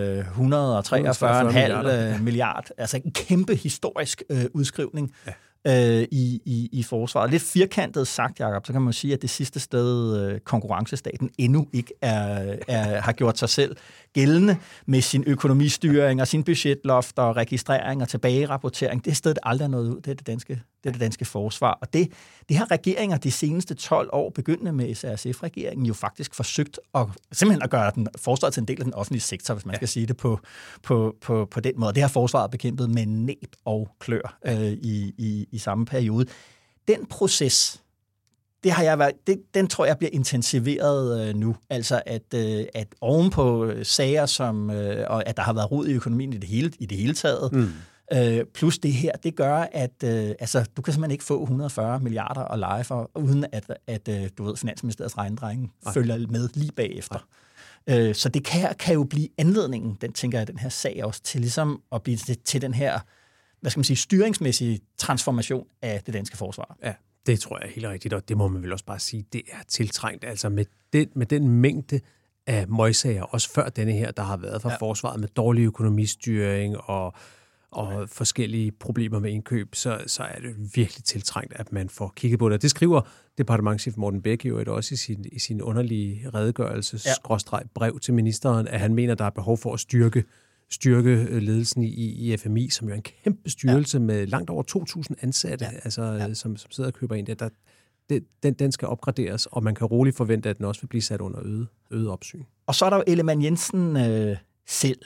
143,5 milliard, altså en kæmpe historisk udskrivning. I forsvaret. Lidt firkantet sagt, Jacob, så kan man sige, at det sidste sted konkurrencestaten endnu ikke har gjort sig selv gældende med sin økonomistyring og sin budgetloft og registrering og tilbagerapportering. Det sted, det aldrig er nået ud. Det er det danske forsvar. Og det har regeringer de seneste 12 år, begyndende med SRSF-regeringen, jo faktisk forsøgt simpelthen at gøre den forsvaret til en del af den offentlige sektor, hvis man skal sige det på den måde. Det har forsvaret bekæmpet med næb og klør i samme periode. Den proces, den tror jeg bliver intensiveret nu. Altså at ovenpå sager, som, og at der har været rod i økonomien i det hele taget, plus det her, det gør, at du kan simpelthen ikke få 140 milliarder at lege for, uden at du ved, Finansministeriets regnedrenge følger med lige bagefter. Så det kan jo blive anledningen, tænker jeg, den her sag også, til ligesom at blive til den her, hvad skal man sige, styringsmæssige transformation af det danske forsvar. Ja, det tror jeg er helt rigtigt, og det må man vel også bare sige, det er tiltrængt. Altså med den mængde af møgsager, også før denne her, der har været fra forsvaret med dårlig økonomistyring og forskellige problemer med indkøb, så er det virkelig tiltrængt, at man får kigget på det. Det skriver departementschef Morten Bæk jo også i sin underlige redegørelse/brev til ministeren, at han mener, der er behov for at styrke ledelsen i FMI, som jo er en kæmpe styrelse med langt over 2.000 ansatte, som sidder og køber ind der. Den skal opgraderes, og man kan roligt forvente, at den også vil blive sat under øget opsyn. Og så er der jo Ellemann Jensen selv.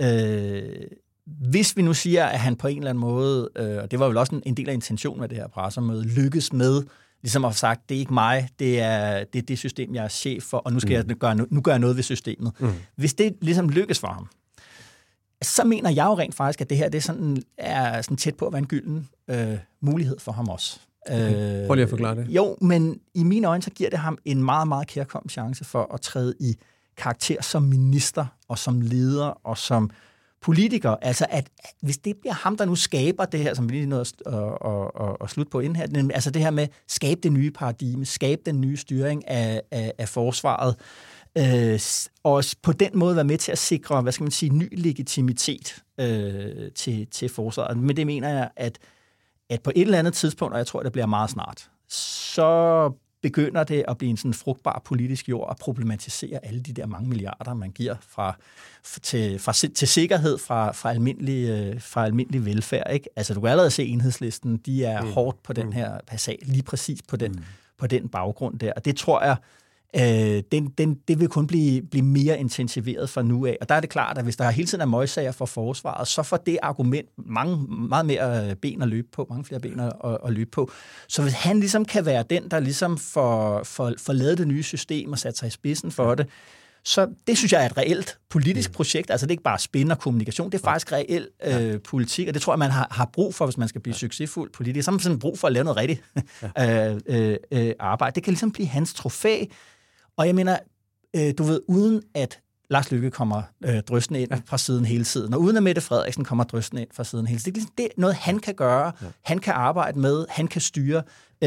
Hvis vi nu siger, at han på en eller anden måde, og det var vel også en del af intentionen med det her pressemøde, lykkes med ligesom at have sagt, det er ikke mig, det er det system, jeg er chef for, og nu skal jeg gøre noget ved systemet. Hvis det ligesom lykkes for ham, så mener jeg jo rent faktisk, at det her det er sådan tæt på at være en gylden mulighed for ham også. Prøv lige at forklare det. Jo, men i mine øjne, så giver det ham en meget, meget kærkommen chance for at træde i karakter som minister, og som leder, og som politiker. Altså, at hvis det bliver ham, der nu skaber det her, som vi lige nåede at slutte på inden her, altså det her med skabe det nye paradigme, skabe den nye styring af forsvaret, og på den måde være med til at sikre, hvad skal man sige, ny legitimitet til forsvaret. Men det mener jeg, at på et eller andet tidspunkt, og jeg tror, det bliver meget snart, så begynder det at blive en sådan frugtbar politisk jord at problematisere alle de der mange milliarder, man giver til sikkerhed fra almindelig velfærd. Ikke? Altså, du kan allerede se Enhedslisten, de er hårdt på den her passage, lige præcis på den baggrund der. Og det tror jeg, det vil kun blive mere intensiveret fra nu af. Og der er det klart, at hvis der hele tiden er møgsager for forsvaret, så får det argument meget mere ben at løbe på, mange flere ben at løbe på. Så hvis han ligesom kan være den, der ligesom får lavet det nye system og sat sig i spidsen for det, Så det synes jeg er et reelt politisk projekt. Altså det er ikke bare spin og kommunikation, det er faktisk reel politik, og det tror jeg, man har brug for, hvis man skal blive succesfuld politiker. Så har man sådan brug for at lave noget rigtigt arbejde. Det kan ligesom blive hans trofæ. Og jeg mener, du ved, uden at Lars Løkke kommer drøstende ind fra siden hele tiden, og uden at Mette Frederiksen kommer drøstende ind fra siden hele tiden. Det er noget, han kan gøre, han kan arbejde med, han kan styre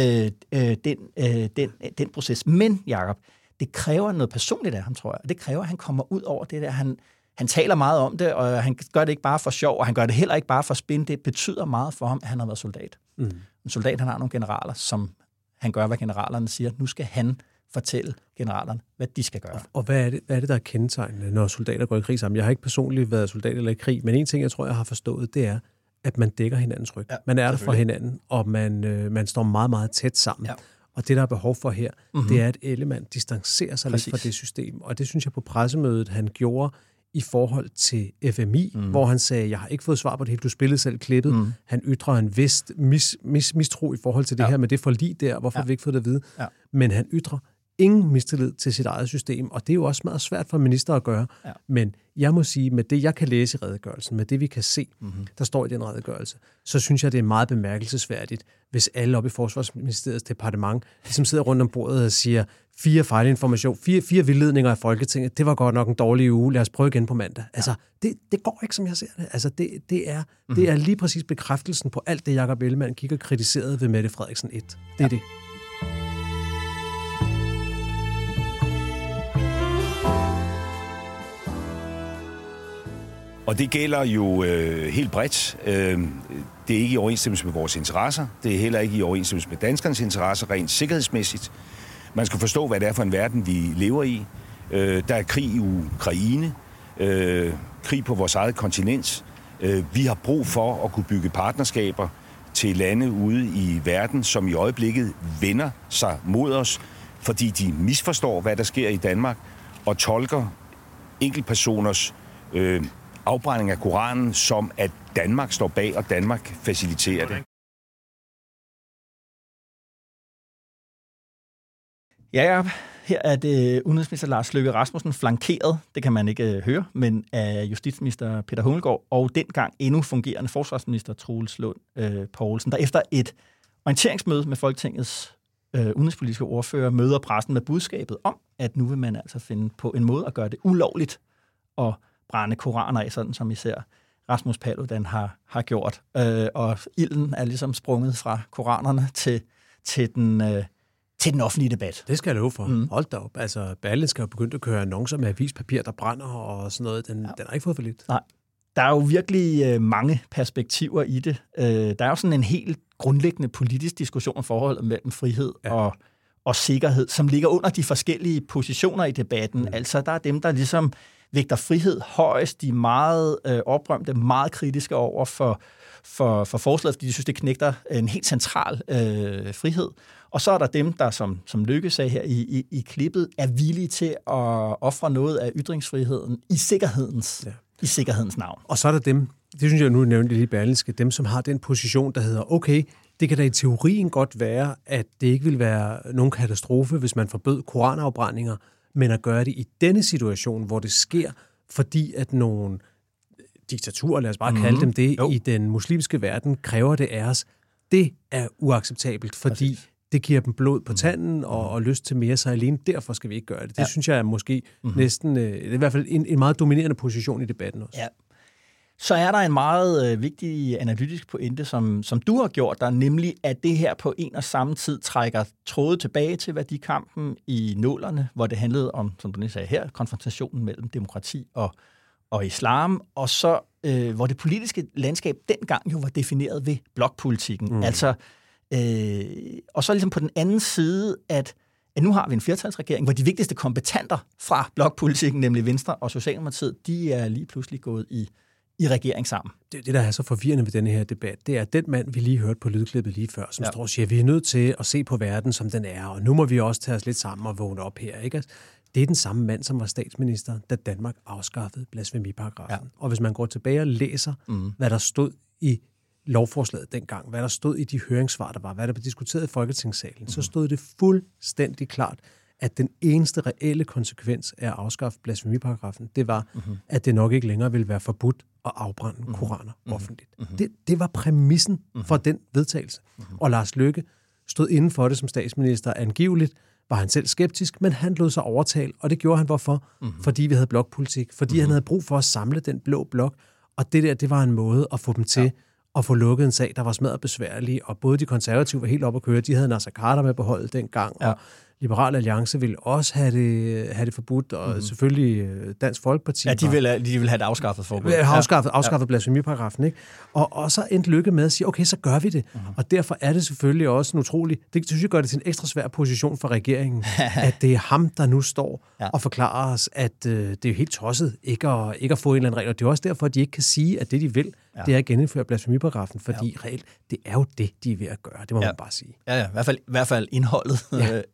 den proces. Men, Jacob, det kræver noget personligt af ham, tror jeg. Det kræver, at han kommer ud over det der. Han taler meget om det, og han gør det ikke bare for sjov, og han gør det heller ikke bare for spin. Det betyder meget for ham, at han har været soldat. En soldat, han har nogle generaler, som han gør, hvad generalerne siger. Nu skal han fortælle generalerne, hvad de skal gøre. Og hvad er det, der er kendetegnende, når soldater går i krig sammen? Jeg har ikke personligt været soldat eller i krig, men en ting, jeg tror, jeg har forstået, det er, at man dækker hinandens ryg. Ja, man er der for hinanden, og man står meget, meget tæt sammen. Ja. Og det, der er behov for her, det er, at Ellemann distancerer sig lidt fra det system. Og det synes jeg på pressemødet, han gjorde i forhold til FMI, hvor han sagde, jeg har ikke fået svar på det hele, du spillede selv klippet. Han ytrer en vist mistro i forhold til det her med det forlig der, hvorfor har vi ikke fået det at vide. Ja. Men han ytrer ingen mistillid til sit eget system, og det er jo også meget svært for minister at gøre. Ja. Men jeg må sige, med det, jeg kan læse i redegørelsen, med det, vi kan se, der står i den redegørelse, så synes jeg, det er meget bemærkelsesværdigt, hvis alle oppe i Forsvarsministeriets departement ligesom sidder rundt om bordet og siger, 4 fejlinformation, 4 vildledninger af Folketinget, det var godt nok en dårlig uge, lad os prøve igen på mandag. Altså, det går ikke, som jeg ser det. Altså, det er lige præcis bekræftelsen på alt det, Jakob Ellemann gik og kritiserede ved Mette Frederiksen 1. Det er det. Og det gælder jo helt bredt. Det er ikke i overensstemmelse med vores interesser. Det er heller ikke i overensstemmelse med danskernes interesser, rent sikkerhedsmæssigt. Man skal forstå, hvad det er for en verden, vi lever i. Der er krig i Ukraine. Krig på vores eget kontinent. Vi har brug for at kunne bygge partnerskaber til lande ude i verden, som i øjeblikket vender sig mod os, fordi de misforstår, hvad der sker i Danmark, og tolker enkeltpersoners afbrænding af Koranen, som at Danmark står bag, og Danmark faciliterer det. Ja, her er det udenrigsminister Lars Løkke Rasmussen flankeret, det kan man ikke høre, men af justitsminister Peter Hummelgaard og dengang endnu fungerende forsvarsminister Troels Lund Poulsen, der efter et orienteringsmøde med Folketingets udenrigspolitiske ordfører møder pressen med budskabet om, at nu vil man altså finde på en måde at gøre det ulovligt og brænde koraner af, sådan som især Rasmus Paludan har gjort. Og ilden er ligesom sprunget fra koranerne til den offentlige debat. Det skal jeg love for. Hold da op. Altså, Berlingske har begyndt at køre annoncer med avispapir, der brænder og sådan noget. Den har ikke fået for lidt. Nej. Der er jo virkelig mange perspektiver i det. Der er jo sådan en helt grundlæggende politisk diskussion om forholdet mellem frihed og sikkerhed, som ligger under de forskellige positioner i debatten. Altså, der er dem, der ligesom vægter frihed højst. De er meget oprømte, meget kritiske over for forslaget, fordi de synes, det knægter en helt central frihed. Og så er der dem, der, som Løkke sagde her i klippet, er villige til at ofre noget af ytringsfriheden i sikkerhedens navn. Og så er der dem, det synes jeg nu nævnte lidt i Berlingske, dem, som har den position, der hedder, okay, det kan da i teorien godt være, at det ikke vil være nogen katastrofe, hvis man forbød koranafbrændinger, men at gøre det i denne situation, hvor det sker, fordi at nogle diktaturer, lad os bare kalde dem det, i den muslimske verden, kræver det af os. Det er uacceptabelt, fordi det giver dem blod på tanden og lyst til mere, så alene derfor skal vi ikke gøre det. Det synes jeg er måske næsten, i hvert fald en meget dominerende position i debatten også. Ja. Så er der en meget vigtig analytisk pointe, som du har gjort der, nemlig at det her på en og samme tid trækker tråde tilbage til værdikampen i 00'erne, hvor det handlede om, som du lige sagde her, konfrontationen mellem demokrati og islam, og så hvor det politiske landskab dengang jo var defineret ved blokpolitikken. Altså, og så ligesom på den anden side, at nu har vi en flertalsregering, hvor de vigtigste kombattanter fra blokpolitikken, nemlig Venstre og Socialdemokratiet, de er lige pludselig gået i regering sammen. Det, der er så forvirrende ved denne her debat, det er den mand, vi lige hørte på lydklippet lige før, som står og siger, at vi er nødt til at se på verden, som den er, og nu må vi også tage os lidt sammen og vågne op her, ikke? Det er den samme mand, som var statsminister, da Danmark afskaffede blasfemiparagrafen. Ja. Og hvis man går tilbage og læser, hvad der stod i lovforslaget dengang, hvad der stod i de høringssvar, der var, hvad der blev diskuteret i Folketingssalen, så stod det fuldstændig klart, at den eneste reelle konsekvens af at afskaffe blasfemiparagrafen, det var, at det nok ikke længere ville være forbudt at afbrænde koraner offentligt. Det var præmissen for den vedtagelse. Og Lars Løkke stod inden for det som statsminister. Angiveligt var han selv skeptisk, men han lod sig overtale, og det gjorde han hvorfor? Fordi vi havde blokpolitik, fordi han havde brug for at samle den blå blok, og det var en måde at få dem til at få lukket en sag, der var smadret besværlig, og både de konservative var helt op at køre, de havde Naser Khader med på holdet dengang, og Liberal Alliance ville også have det forbudt, og selvfølgelig Dansk Folkeparti. Ja, de ville have det afskaffet forbud. Afskaffet blasfemiparagrafen, ikke? Og så endte Løkke med at sige, okay, så gør vi det. Og derfor er det selvfølgelig også en utrolig, det synes jeg gør det til en ekstra svær position for regeringen, at det er ham, der nu står og forklarer os, at det er jo helt tosset ikke at få en eller anden regel. Og det er også derfor, at de ikke kan sige, at det, de vil, det er at genindføre blasfemiparagrafen, fordi reelt, det er jo det, de er ved at gøre. Det må man bare sige. Ja, i hvert fald indholdet,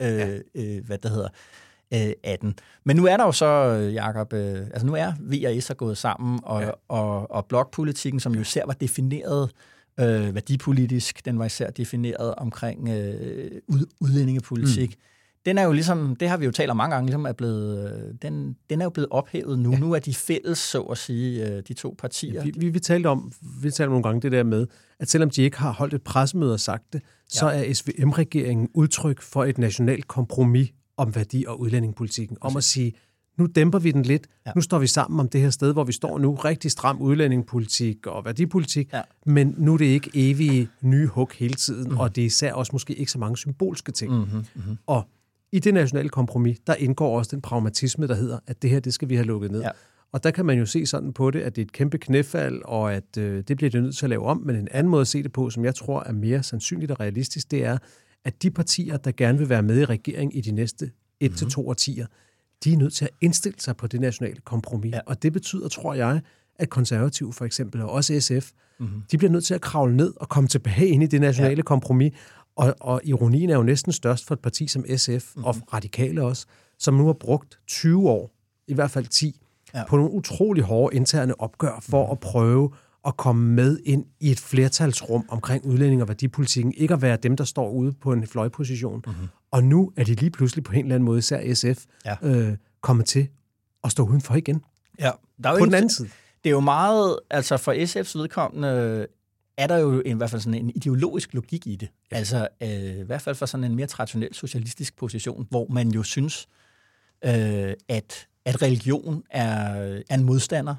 af den. Men nu er der jo så, Jacob, altså nu er V og S gået sammen, og blokpolitikken, som jo især var defineret værdipolitisk, den var især defineret omkring udlændingepolitik. Den er jo ligesom, det har vi jo talt om mange gange, ligesom den er jo blevet ophævet nu. Nu er de fælles, så at sige, de to partier. Vi talte om nogle gange det der med, at selvom de ikke har holdt et pressemøde og sagt det, så er SVM-regeringen udtryk for et nationalt kompromis om værdi- og udlændingepolitikken. Om at sige, nu dæmper vi den lidt, nu står vi sammen om det her sted, hvor vi står nu, rigtig stram udlændingepolitik og værdipolitik, men nu er det ikke evige nye hug hele tiden, og det er især også måske ikke så mange symbolske ting. Og i det nationale kompromis, der indgår også den pragmatisme, der hedder, at det her, det skal vi have lukket ned. Og der kan man jo se sådan på det, at det er et kæmpe knæfald, og at det bliver det nødt til at lave om. Men en anden måde at se det på, som jeg tror er mere sandsynligt og realistisk, det er, at de partier, der gerne vil være med i regeringen i de næste 1-2 årtier, de er nødt til at indstille sig på det nationale kompromis. Og det betyder, tror jeg, at konservative for eksempel, og også SF, de bliver nødt til at kravle ned og komme tilbage ind i det nationale kompromis. Og ironien er jo næsten størst for et parti som SF, og radikale også, som nu har brugt 20 år, i hvert fald 10, på nogle utrolig hårde interne opgør for at prøve at komme med ind i et flertalsrum omkring udlænding og værdipolitikken, ikke at være dem, der står ude på en fløjposition. Og nu er de lige pludselig på en eller anden måde, især SF, kommet til at stå udenfor igen. Ja, der er jo på den anden side. Det er jo meget, altså for SF's vedkommende, er der jo i hvert fald sådan en ideologisk logik i det. Altså i hvert fald for sådan en mere traditionel socialistisk position, hvor man jo synes, at religion er en modstander,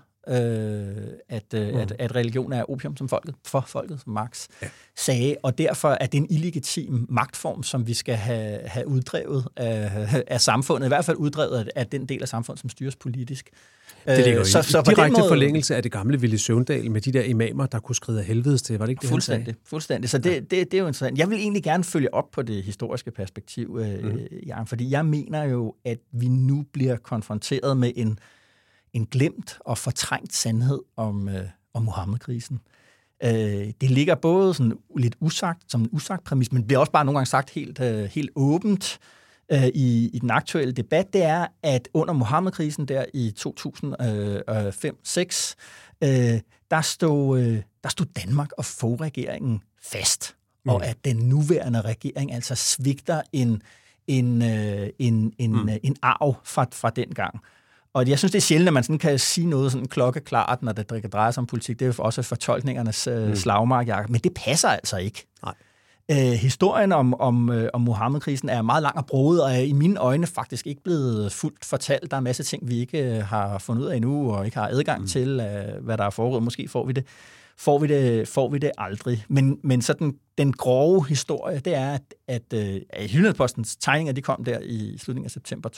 at religion er opium for folket, som Marx sagde, og derfor er det en illegitim magtform, som vi skal have uddrevet af samfundet, i hvert fald uddrevet af den del af samfundet, som styres politisk. Det ligger jo så direkte forlængelse af det gamle Villy Søvndal med de der imamer, der kunne skride af helvedes til. Var det ikke det, Fuldstændig. Så det er jo interessant. Jeg vil egentlig gerne følge op på det historiske perspektiv, Jan, fordi jeg mener jo, at vi nu bliver konfronteret med en glemt og fortrængt sandhed om Muhammed-krisen. Det ligger både sådan lidt usagt, som en usagt præmis, men bliver også bare nogle gange sagt helt åbent i den aktuelle debat. Det er, at under Muhammed-krisen der i 2005-06, der stod Danmark og Fogh-regeringen fast, og at den nuværende regering altså svigter en arv fra den gang. Og jeg synes, det er sjældent, at man sådan kan sige noget sådan klokkeklart, når det drejer sig om politik. Det er jo også fortolkningernes slagmark, Jacob. Men det passer altså ikke. Nej. Historien om Muhammed-krisen er meget lang og broget, og er i mine øjne faktisk ikke blevet fuldt fortalt. Der er en masse ting, vi ikke har fundet ud af endnu, og ikke har adgang til, hvad der er foregået. Måske får vi det aldrig. Men sådan den grove historie, det er, at Jyllandspostens tegninger, de kom der i slutningen af september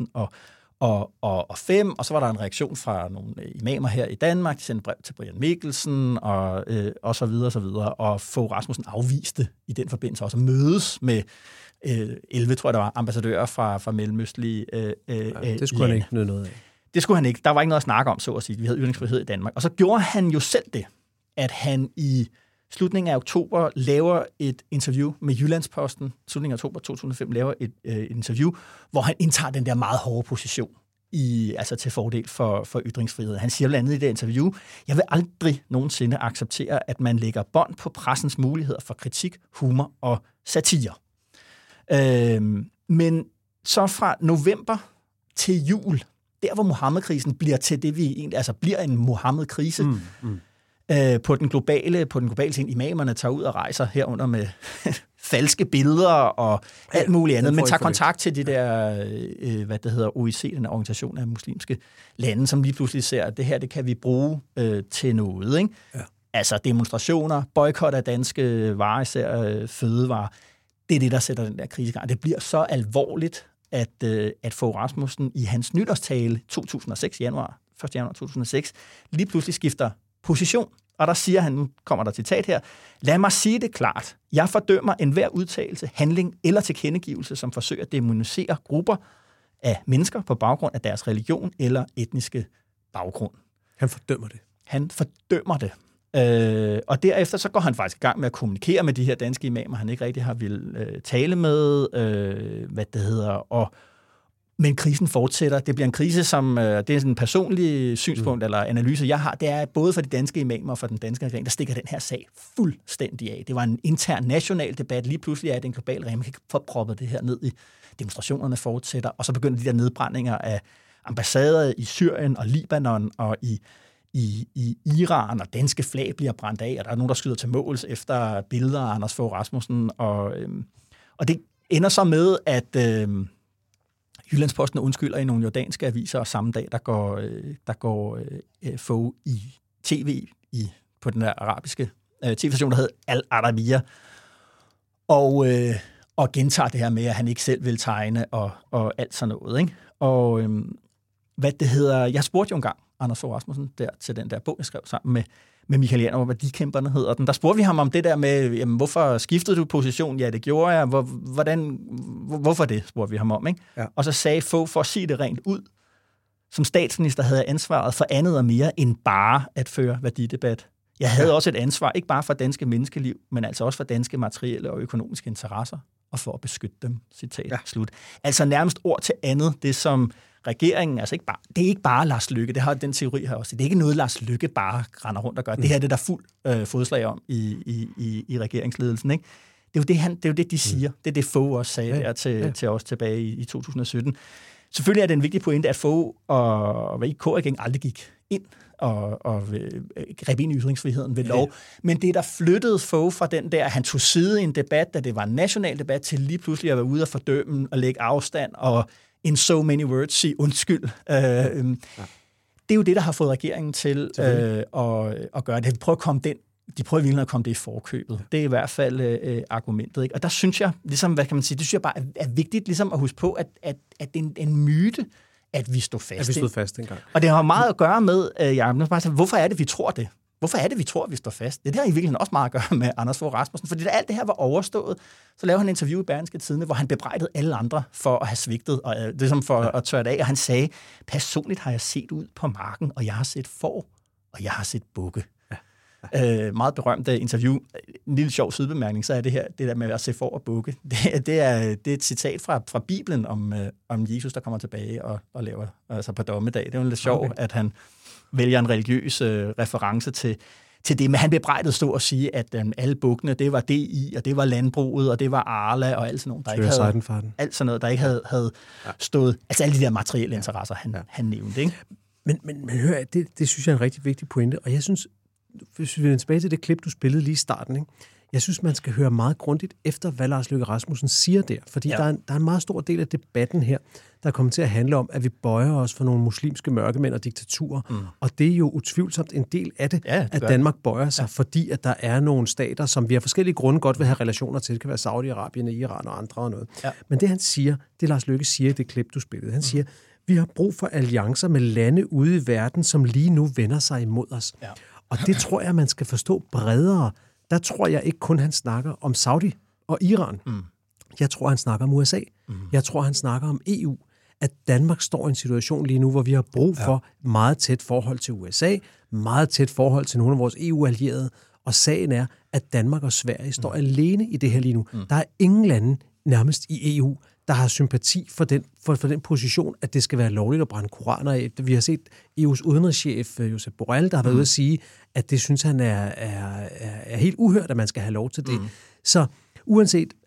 2005, og så var der en reaktion fra nogle imamer her i Danmark, de sendte brev til Brian Mikkelsen, og så videre, og Fogh Rasmussen afviste i den forbindelse også at mødes med 11, tror jeg, der var ambassadører fra mellemøstlige det skulle han ikke nyde noget af. Det skulle han ikke. Der var ikke noget at snakke om, så at sige. Vi havde ytringsfrihed i Danmark. Og så gjorde han jo selv det, at han i slutningen af oktober laver et interview med Jyllandsposten. Slutningen af oktober 2005 laver et interview, hvor han indtager den der meget hårde position altså til fordel for ytringsfrihed. Han siger blandt andet i det interview, jeg vil aldrig nogensinde acceptere, at man lægger bånd på pressens muligheder for kritik, humor og satire. Men så fra november til jul, der hvor Mohammed-krisen bliver til det, vi egentlig, altså bliver en Mohammed-krise, på den globale scene. Imamerne tager ud og rejser herunder med falske billeder og alt muligt andet, men tager kontakt til de der, OIC, den organisation af muslimske lande, som lige pludselig ser, at det her, det kan vi bruge til noget, ikke? Ja. Altså demonstrationer, boykot af danske varer, især fødevarer. Det er det, der sætter den der krise i gang. Det bliver så alvorligt, at Fogh Rasmussen i hans nytårstale 2006, 1. januar 2006, lige pludselig skifter position. Og der siger han, nu kommer der citat her, lad mig sige det klart. Jeg fordømmer enhver udtalelse, handling eller tilkendegivelse, som forsøger at demonisere grupper af mennesker på baggrund af deres religion eller etniske baggrund. Han fordømmer det. Han fordømmer det. Og derefter så går han faktisk i gang med at kommunikere med de her danske imamer, han ikke rigtig har ville tale med, men krisen fortsætter. Det bliver en krise, som det er sådan en personlig synspunkt eller analyse, jeg har. Det er både for de danske imamer og for den danske regering, der stikker den her sag fuldstændig af. Det var en intern national debat. Lige pludselig er det en global regering. Man kan ikke få proppet det her ned i demonstrationerne fortsætter. Og så begynder de der nedbrændinger af ambassader i Syrien og Libanon og i Iran, og danske flag bliver brændt af, og der er nogen, der skyder til måls efter billeder af Anders Fogh Rasmussen. Og det ender så med, at Jyllandsposten undskylder i nogle jordanske aviser, og samme dag, der går Fogh i tv på den der arabiske tv-station, der hedder Al Arabiya, og gentager det her med, at han ikke selv vil tegne, og alt sådan noget, ikke? Og jeg spurgte jo engang Anders Fogh Rasmussen til den der bog, jeg skrev sammen med Michael Janner, hvad de kæmperne hedder den. Der spurgte vi ham om det der med, jamen, hvorfor skiftede du position? Ja, det gjorde jeg. Hvorfor det, spurgte vi ham om, ikke? Ja. Og så sagde Fogh, for at sige det rent ud, som statsminister havde jeg ansvaret for andet og mere end bare at føre værdidebat. Jeg havde også et ansvar, ikke bare for danske menneskeliv, men altså også for danske materielle og økonomiske interesser, og for at beskytte dem, citat, slut. Altså nærmest ord til andet, det som regeringen, altså ikke bare, det er ikke bare Lars Løkke, det har den teori her også, det er ikke noget, Lars Løkke bare render rundt og gør. Det her det er der fuld fodslag om i regeringsledelsen, ikke? Det er jo det, de siger. Det er det, Fogh også sagde der til os tilbage i 2017. Selvfølgelig er det en vigtig pointe, at Fogh og VK-regeringen aldrig gik ind og greb ind i ytringsfriheden ved lov. Men det, der flyttede Fogh fra den der, han tog side i en debat, da det var en national debat, til lige pludselig at være ude og fordømme og lægge afstand og in so many words sige undskyld. Det er jo det, der har fået regeringen til at gøre det. De prøver virkelig at komme det i forkøbet. Det er i hvert fald argumentet, ikke? Og der synes jeg, ligesom, hvad kan man sige, det synes jeg bare er vigtigt ligesom at huske på, at det er en myte, at vi stod fast. At vi stod fast engang. Og det har meget at gøre med, hvorfor er det, vi tror det? Hvorfor er det, vi tror, at vi står fast? Det der i virkeligheden også meget at gøre med Anders Fogh Rasmussen, fordi da alt det her var overstået, så lavede han en interview i Berlingske Tidende, hvor han bebrejdede alle andre for at have svigtet, og det som for at tørre det af, og han sagde, personligt har jeg set ud på marken, og jeg har set får, og jeg har set bukke. Meget berømt interview. En lille sjov sidebemærkning, så er det der med at se får og bukke. Det er et citat fra Bibelen om Jesus, der kommer tilbage og laver altså på dommedag. Det er jo lidt sjovt, at han vælger en religiøs reference til det, men han bebrejdede stå og sige, at alle bukkene, det var DI, og det var landbruget, og det var Arla, og alt sådan noget, der ikke havde stået, altså alle de der materielle interesser, han nævnte, ikke? Men hør, det synes jeg er en rigtig vigtig pointe, og jeg synes, hvis vi vender tilbage til det klip, du spillede lige i starten, ikke? Jeg synes, man skal høre meget grundigt efter, hvad Lars Løkke Rasmussen siger der, fordi der er en meget stor del af debatten her, der kommer til at handle om, at vi bøjer os for nogle muslimske mørkemænd og diktaturer, og det er jo utvivlsomt en del af det, at Danmark bøjer sig, fordi at der er nogle stater, som vi af forskellige grunde godt vil have relationer til. Det kan være Saudi-Arabien, Iran og andre og noget. Ja. Men det han siger, det Lars Løkke siger i det klip, du spillede, han siger, vi har brug for alliancer med lande ude i verden, som lige nu vender sig imod os. Ja. Og det tror jeg, man skal forstå bredere. Der tror jeg ikke kun, han snakker om Saudi og Iran. Jeg tror, han snakker om USA. Jeg tror, han snakker om EU. At Danmark står i en situation lige nu, hvor vi har brug for meget tæt forhold til USA, meget tæt forhold til nogle af vores EU-allierede. Og sagen er, at Danmark og Sverige står alene i det her lige nu. Der er ingen lande nærmest i EU, der har sympati for den position, at det skal være lovligt at brænde koraner af. Vi har set EU's udenrigschef, Josep Borrell, der har været ude at sige, at det synes han er helt uhørt, at man skal have lov til det. Så uanset,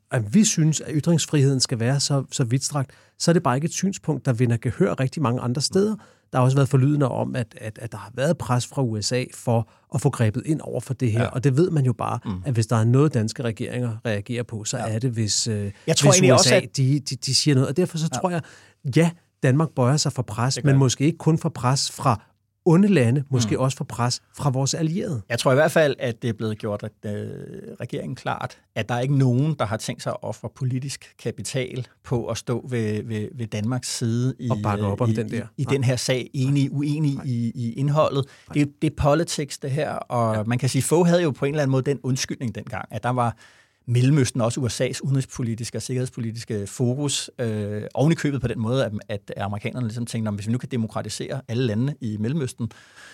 at vi synes, at ytringsfriheden skal være så vidtstrakt, så er det bare ikke et synspunkt, der vinder gehør rigtig mange andre steder. Der har også været forlydende om, at der har været pres fra USA for at få grebet ind over for det her. Ja. Og det ved man jo bare, at hvis der er noget, danske regeringer reagerer på, så er det, hvis USA også, de siger noget. Og derfor så tror jeg, Danmark bøjer sig for pres, men måske ikke kun for pres fra onde lande, måske også for pres fra vores allierede. Jeg tror i hvert fald, at det er blevet gjort regeringen klart, at der er ikke nogen, der har tænkt sig at ofre politisk kapital på at stå ved Danmarks side og bakke op om den her sag, uenig i indholdet. Det er politics, det her, og man kan sige, Fogh havde jo på en eller anden måde den undskyldning dengang, at der var Mellemøsten, også USA's udenrigspolitiske og sikkerhedspolitiske fokus, oven i købet på den måde, at amerikanerne ligesom tænkte, hvis vi nu kan demokratisere alle lande i Mellemøsten,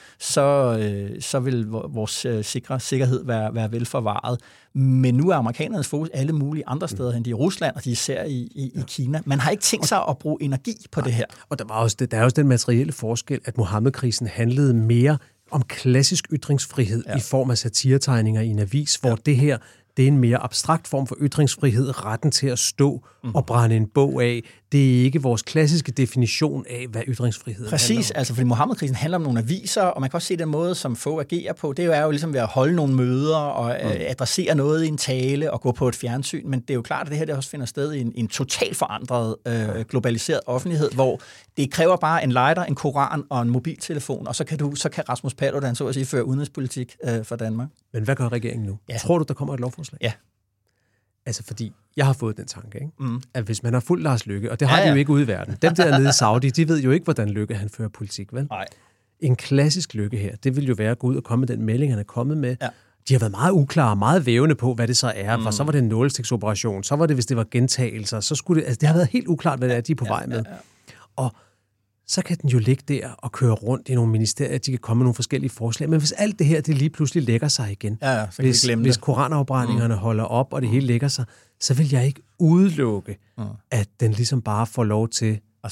så vil vores sikkerhed være velforvaret. Men nu er amerikanernes fokus alle mulige andre steder end i Rusland, og de især i Kina. Man har ikke tænkt sig at bruge energi på det her. Og der er også den materielle forskel, at Mohammed-krisen handlede mere om klassisk ytringsfrihed i form af satiretegninger i en avis, hvor det her, det er en mere abstrakt form for ytringsfrihed, retten til at stå og brænde en bog af. Det er ikke vores klassiske definition af, hvad ytringsfrihed Præcis, altså fordi Mohammed-krisen handler om nogle aviser, og man kan også se den måde, som Fogh agerer på. Det er jo ligesom ved at holde nogle møder og adressere noget i en tale og gå på et fjernsyn, men det er jo klart, at det her det også finder sted i en totalt forandret, globaliseret offentlighed, hvor det kræver bare en lighter, en koran og en mobiltelefon, og så kan Rasmus Paludan så at sige føre udenrigspolitik for Danmark. Men hvad gør regeringen nu? Ja. Tror du, der kommer et lovforslag? Ja. Altså fordi, jeg har fået den tanke, ikke? At hvis man har fulgt Lars Løkke, og det har de jo ikke ude i verden. Dem der nede i Saudi, de ved jo ikke, hvordan Løkke han fører politik, vel? Nej. En klassisk Løkke her, det vil jo være at gå ud og komme med den melding, han er kommet med. Ja. De har været meget uklare og meget vævende på, hvad det så er. For så var det en nålestiksoperation, så var det, hvis det var gentagelser, så skulle det... Altså det har været helt uklart, hvad det er, de er på vej med. Og så kan den jo ligge der og køre rundt i nogle ministerier, de kan komme med nogle forskellige forslag. Men hvis alt det her, det lige pludselig lægger sig igen, hvis koranafbrændingerne holder op, og det hele lægger sig, så vil jeg ikke udelukke, at den ligesom bare får lov til og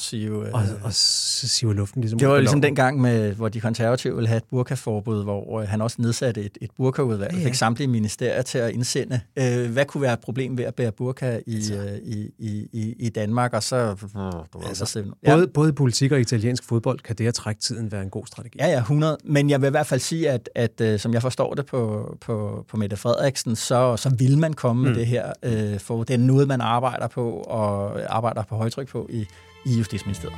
sive luften. Ligesom det var ligesom den gang, hvor de konservative ville have et burkaforbud, hvor han også nedsatte et burkaudvalg, fik samtlige ministerier til at indsende, hvad kunne være et problem ved at bære burka i Danmark, og så... Både i politik og italiensk fodbold kan det at trække tiden være en god strategi. Ja, 100. Men jeg vil i hvert fald sige, at som jeg forstår det på Mette Frederiksen, så vil man komme med det her, for det er noget, man arbejder på, og arbejder på højtryk på i Justitsministeriet.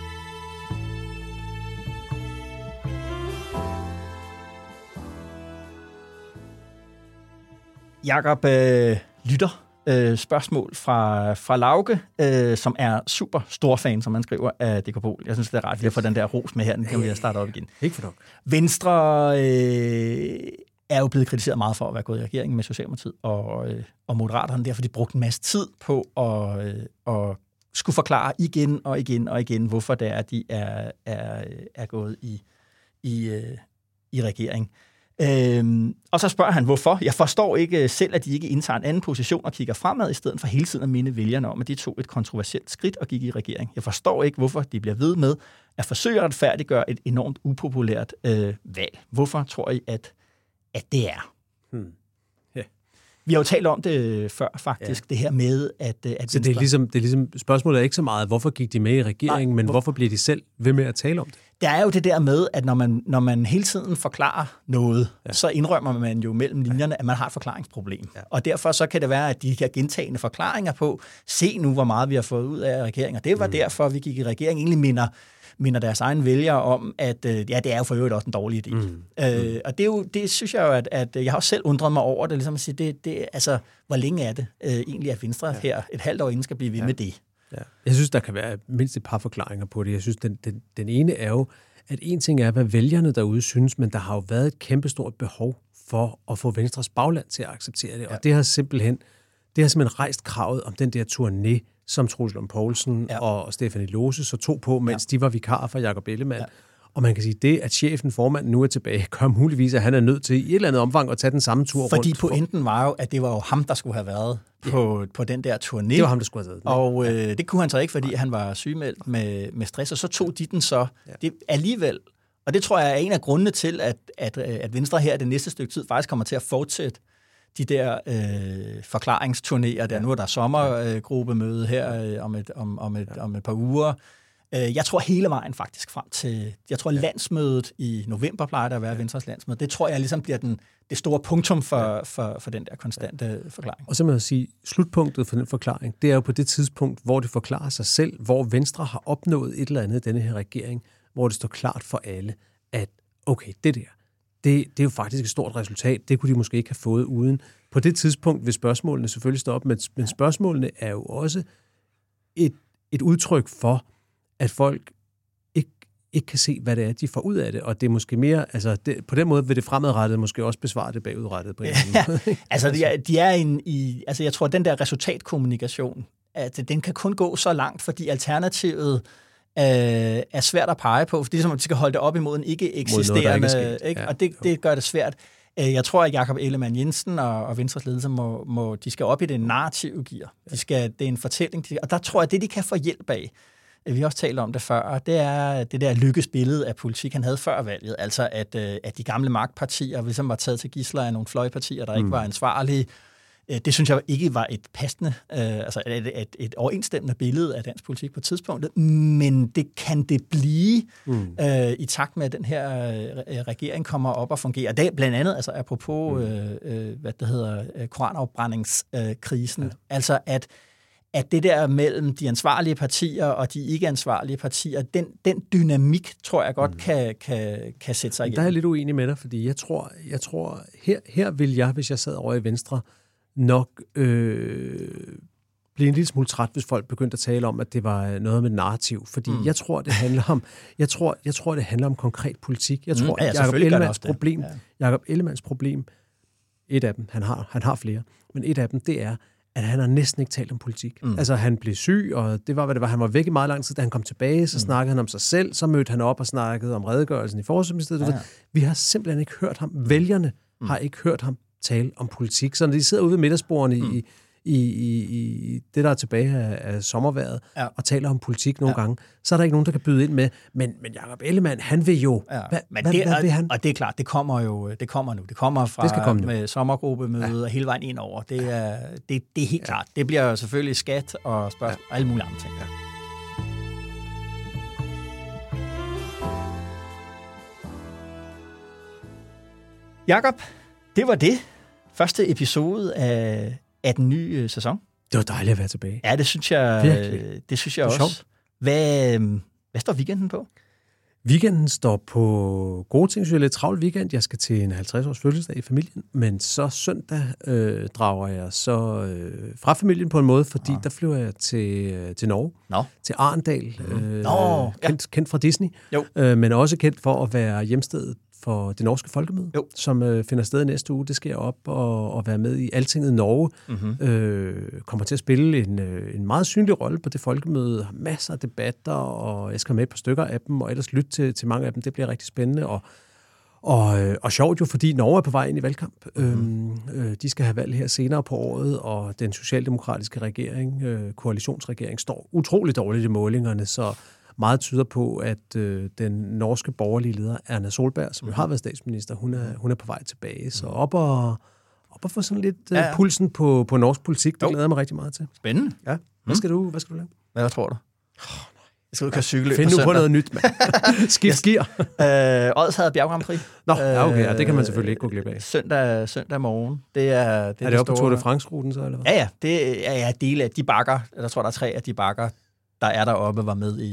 Jakob lytter spørgsmål fra Lauke, som er super stor fan, som man skriver, af DK Pol. Jeg synes, det er rart, at vi har fået den der ros med her. Den kan vi starte op igen. Ikke for nok. Venstre er jo blevet kritiseret meget for at være gået i regeringen med Socialdemokratiet og Moderaterne. Derfor de brugte en masse tid på at skulle forklare igen og igen, hvorfor det er, at de er gået i regering. Og så spørger han, hvorfor. Jeg forstår ikke selv, at de ikke indtager en anden position og kigger fremad, i stedet for hele tiden at minde vælgerne om, at de tog et kontroversielt skridt og gik i regering. Jeg forstår ikke, hvorfor de bliver ved med at forsøge at retfærdiggøre et enormt upopulært valg. Hvorfor tror I, at det er? Vi har jo talt om det før, faktisk, det her med, at så det er ligesom, spørgsmålet er ikke så meget, hvorfor gik de med i regeringen, men hvorfor bliver de selv ved med at tale om det? Der er jo det der med, at når man hele tiden forklarer noget, så indrømmer man jo mellem linjerne, at man har et forklaringsproblem. Ja. Og derfor så kan det være, at de her gentagende forklaringer på, se nu, hvor meget vi har fået ud af regeringen, og det var derfor, vi gik i regering, egentlig minder deres egne vælgere om, at det er jo for øvrigt også en dårlig idé. Og det synes jeg jo, at jeg har også selv undret mig over det, ligesom at sige, altså, hvor længe er det egentlig, at Venstre her et halvt år inden skal blive ved med det? Ja. Jeg synes, der kan være mindst et par forklaringer på det. Jeg synes, den ene er jo, at en ting er, hvad vælgerne derude synes, men der har jo været et kæmpestort behov for at få Venstres bagland til at acceptere det. Og det har simpelthen rejst kravet om den der turné, som Troels Lund Poulsen og Stefanie Lose så tog på, mens de var vikarer for Jakob Ellemann. Ja. Og man kan sige, det, at chefen, formanden, nu er tilbage, gør muligvis, at han er nødt til i et eller andet omfang at tage den samme tur rundt. Fordi pointen var jo, at det var jo ham, der skulle have været på den der turné. Det var ham, der skulle have været. Og det kunne han så ikke, fordi han var sygemeldt med stress, og så tog de den så det alligevel. Og det tror jeg er en af grundene til, at Venstre her det næste stykke tid faktisk kommer til at fortsætte de der forklaringsturnéer der. Nu er der sommergruppemøde her om et par uger. Jeg tror hele vejen faktisk frem til... Jeg tror, landsmødet i november plejer der at være Venstres landsmøde. Det tror jeg ligesom bliver det store punktum for den der konstante forklaring. Og så må jeg sige, slutpunktet for den forklaring, det er jo på det tidspunkt, hvor det forklarer sig selv, hvor Venstre har opnået et eller andet i denne her regering, hvor det står klart for alle, at okay, det er jo faktisk et stort resultat. Det kunne de måske ikke have fået uden. På det tidspunkt vil spørgsmålene selvfølgelig stå op, men spørgsmålene er jo også et udtryk for, at folk ikke kan se, hvad det er, de får ud af det. Og det er måske mere, altså på den måde vil det fremadrettet måske også besvare det bagudrettet på en eller anden måde. Altså de er altså jeg tror, at den der resultatkommunikation, at den kan kun gå så langt, fordi alternativet er svært at pege på, for det er som om, de skal holde det op imod en ikke-eksisterende, ikke? Ja, og det gør det svært. Jeg tror, at Jakob Ellemann-Jensen og Venstres ledelse de skal op i det narrative gear. Det er en fortælling, og der tror jeg, det de kan få hjælp af, vi har også talt om det før, det er det der lykkesbillede af politik, han havde før valget. Altså, at de gamle magtpartier ligesom var taget til gidsler af nogle fløjpartier, der ikke var ansvarlige. Det synes jeg ikke var et passende, altså et overensstemmende billede af dansk politik på tidspunktet, men det kan det blive i takt med, at den her regering kommer op og fungerer. Det blandt andet, altså apropos, koranafbrændingskrisen, altså at det der mellem de ansvarlige partier og de ikke-ansvarlige partier, den dynamik, tror jeg godt, kan sætte sig igen. Der er jeg lidt uenig med dig, fordi jeg tror her vil jeg, hvis jeg sad over i Venstre, nok blive en lille smule træt, hvis folk begyndte at tale om, at det var noget med narrativ. Fordi jeg tror, det handler om konkret politik. Jeg tror, Jakob Ellemanns problem, et af dem, han har flere, men et af dem, det er, at han har næsten ikke talt om politik. Altså, han blev syg, og det var, hvad det var. Han var væk i meget lang tid. Da han kom tilbage, så snakkede han om sig selv, så mødte han op og snakkede om redegørelsen i Forsvarsministeriet. Ja. Vi har simpelthen ikke hørt ham. Vælgerne har ikke hørt ham tale om politik. Så når de sidder ude ved middagsbordene i det, der er tilbage af sommerværet, og taler om politik nogle gange, så er der ikke nogen, der kan byde ind med, men Jakob Ellemann, han vil jo... Hvad vil han? Og det er klart, det kommer nu. Det kommer fra med sommergruppemødet og hele vejen ind over. Det er helt klart. Det bliver selvfølgelig skat og spørgsmål og alle mulige andre ting. Ja. Jakob, det var det. Første episode af den nye sæson. Det var dejligt at være tilbage. Ja, det synes jeg, det synes jeg også. Hvad står weekenden på? Weekenden står på gode ting, synes jeg, lidt travlt weekend. Jeg skal til en 50-års fødselsdag i familien, men så søndag drager jeg så fra familien på en måde, fordi der flyver jeg til Norge, til Arendal, kendt fra Disney, men også kendt for at være hjemstedet for det norske folkemøde, som finder sted næste uge. Det skal jeg op og være med i Altinget Norge. Kommer til at spille en meget synlig rolle på det folkemøde. Har masser af debatter, og jeg skal med et par stykker af dem, og ellers lytte til mange af dem. Det bliver rigtig spændende, og sjovt jo, fordi Norge er på vej ind i valgkamp. De skal have valg her senere på året, og den socialdemokratiske regering, koalitionsregering, står utroligt dårligt i målingerne, så meget tyder på, at den norske borgerlige leder, Erna Solberg, som jo har været statsminister, hun er på vej tilbage. Så op og få sådan lidt pulsen på norsk politik, det glæder jeg mig rigtig meget til. Spændende. Ja. Hvad skal du lave? Hvad tror du? Jeg skal ud og køre cykelløb Find nu på noget nyt, mand. Skift gear. Odsherred Bjerg Grand Prix. Nå, okay, det kan man selvfølgelig ikke gå glip af. Søndag morgen. Det er det oppe på Tour de France-ruten så, eller hvad? Ja, det er dele af de bakker. Jeg tror, der er 3 af de bakker, der er deroppe, var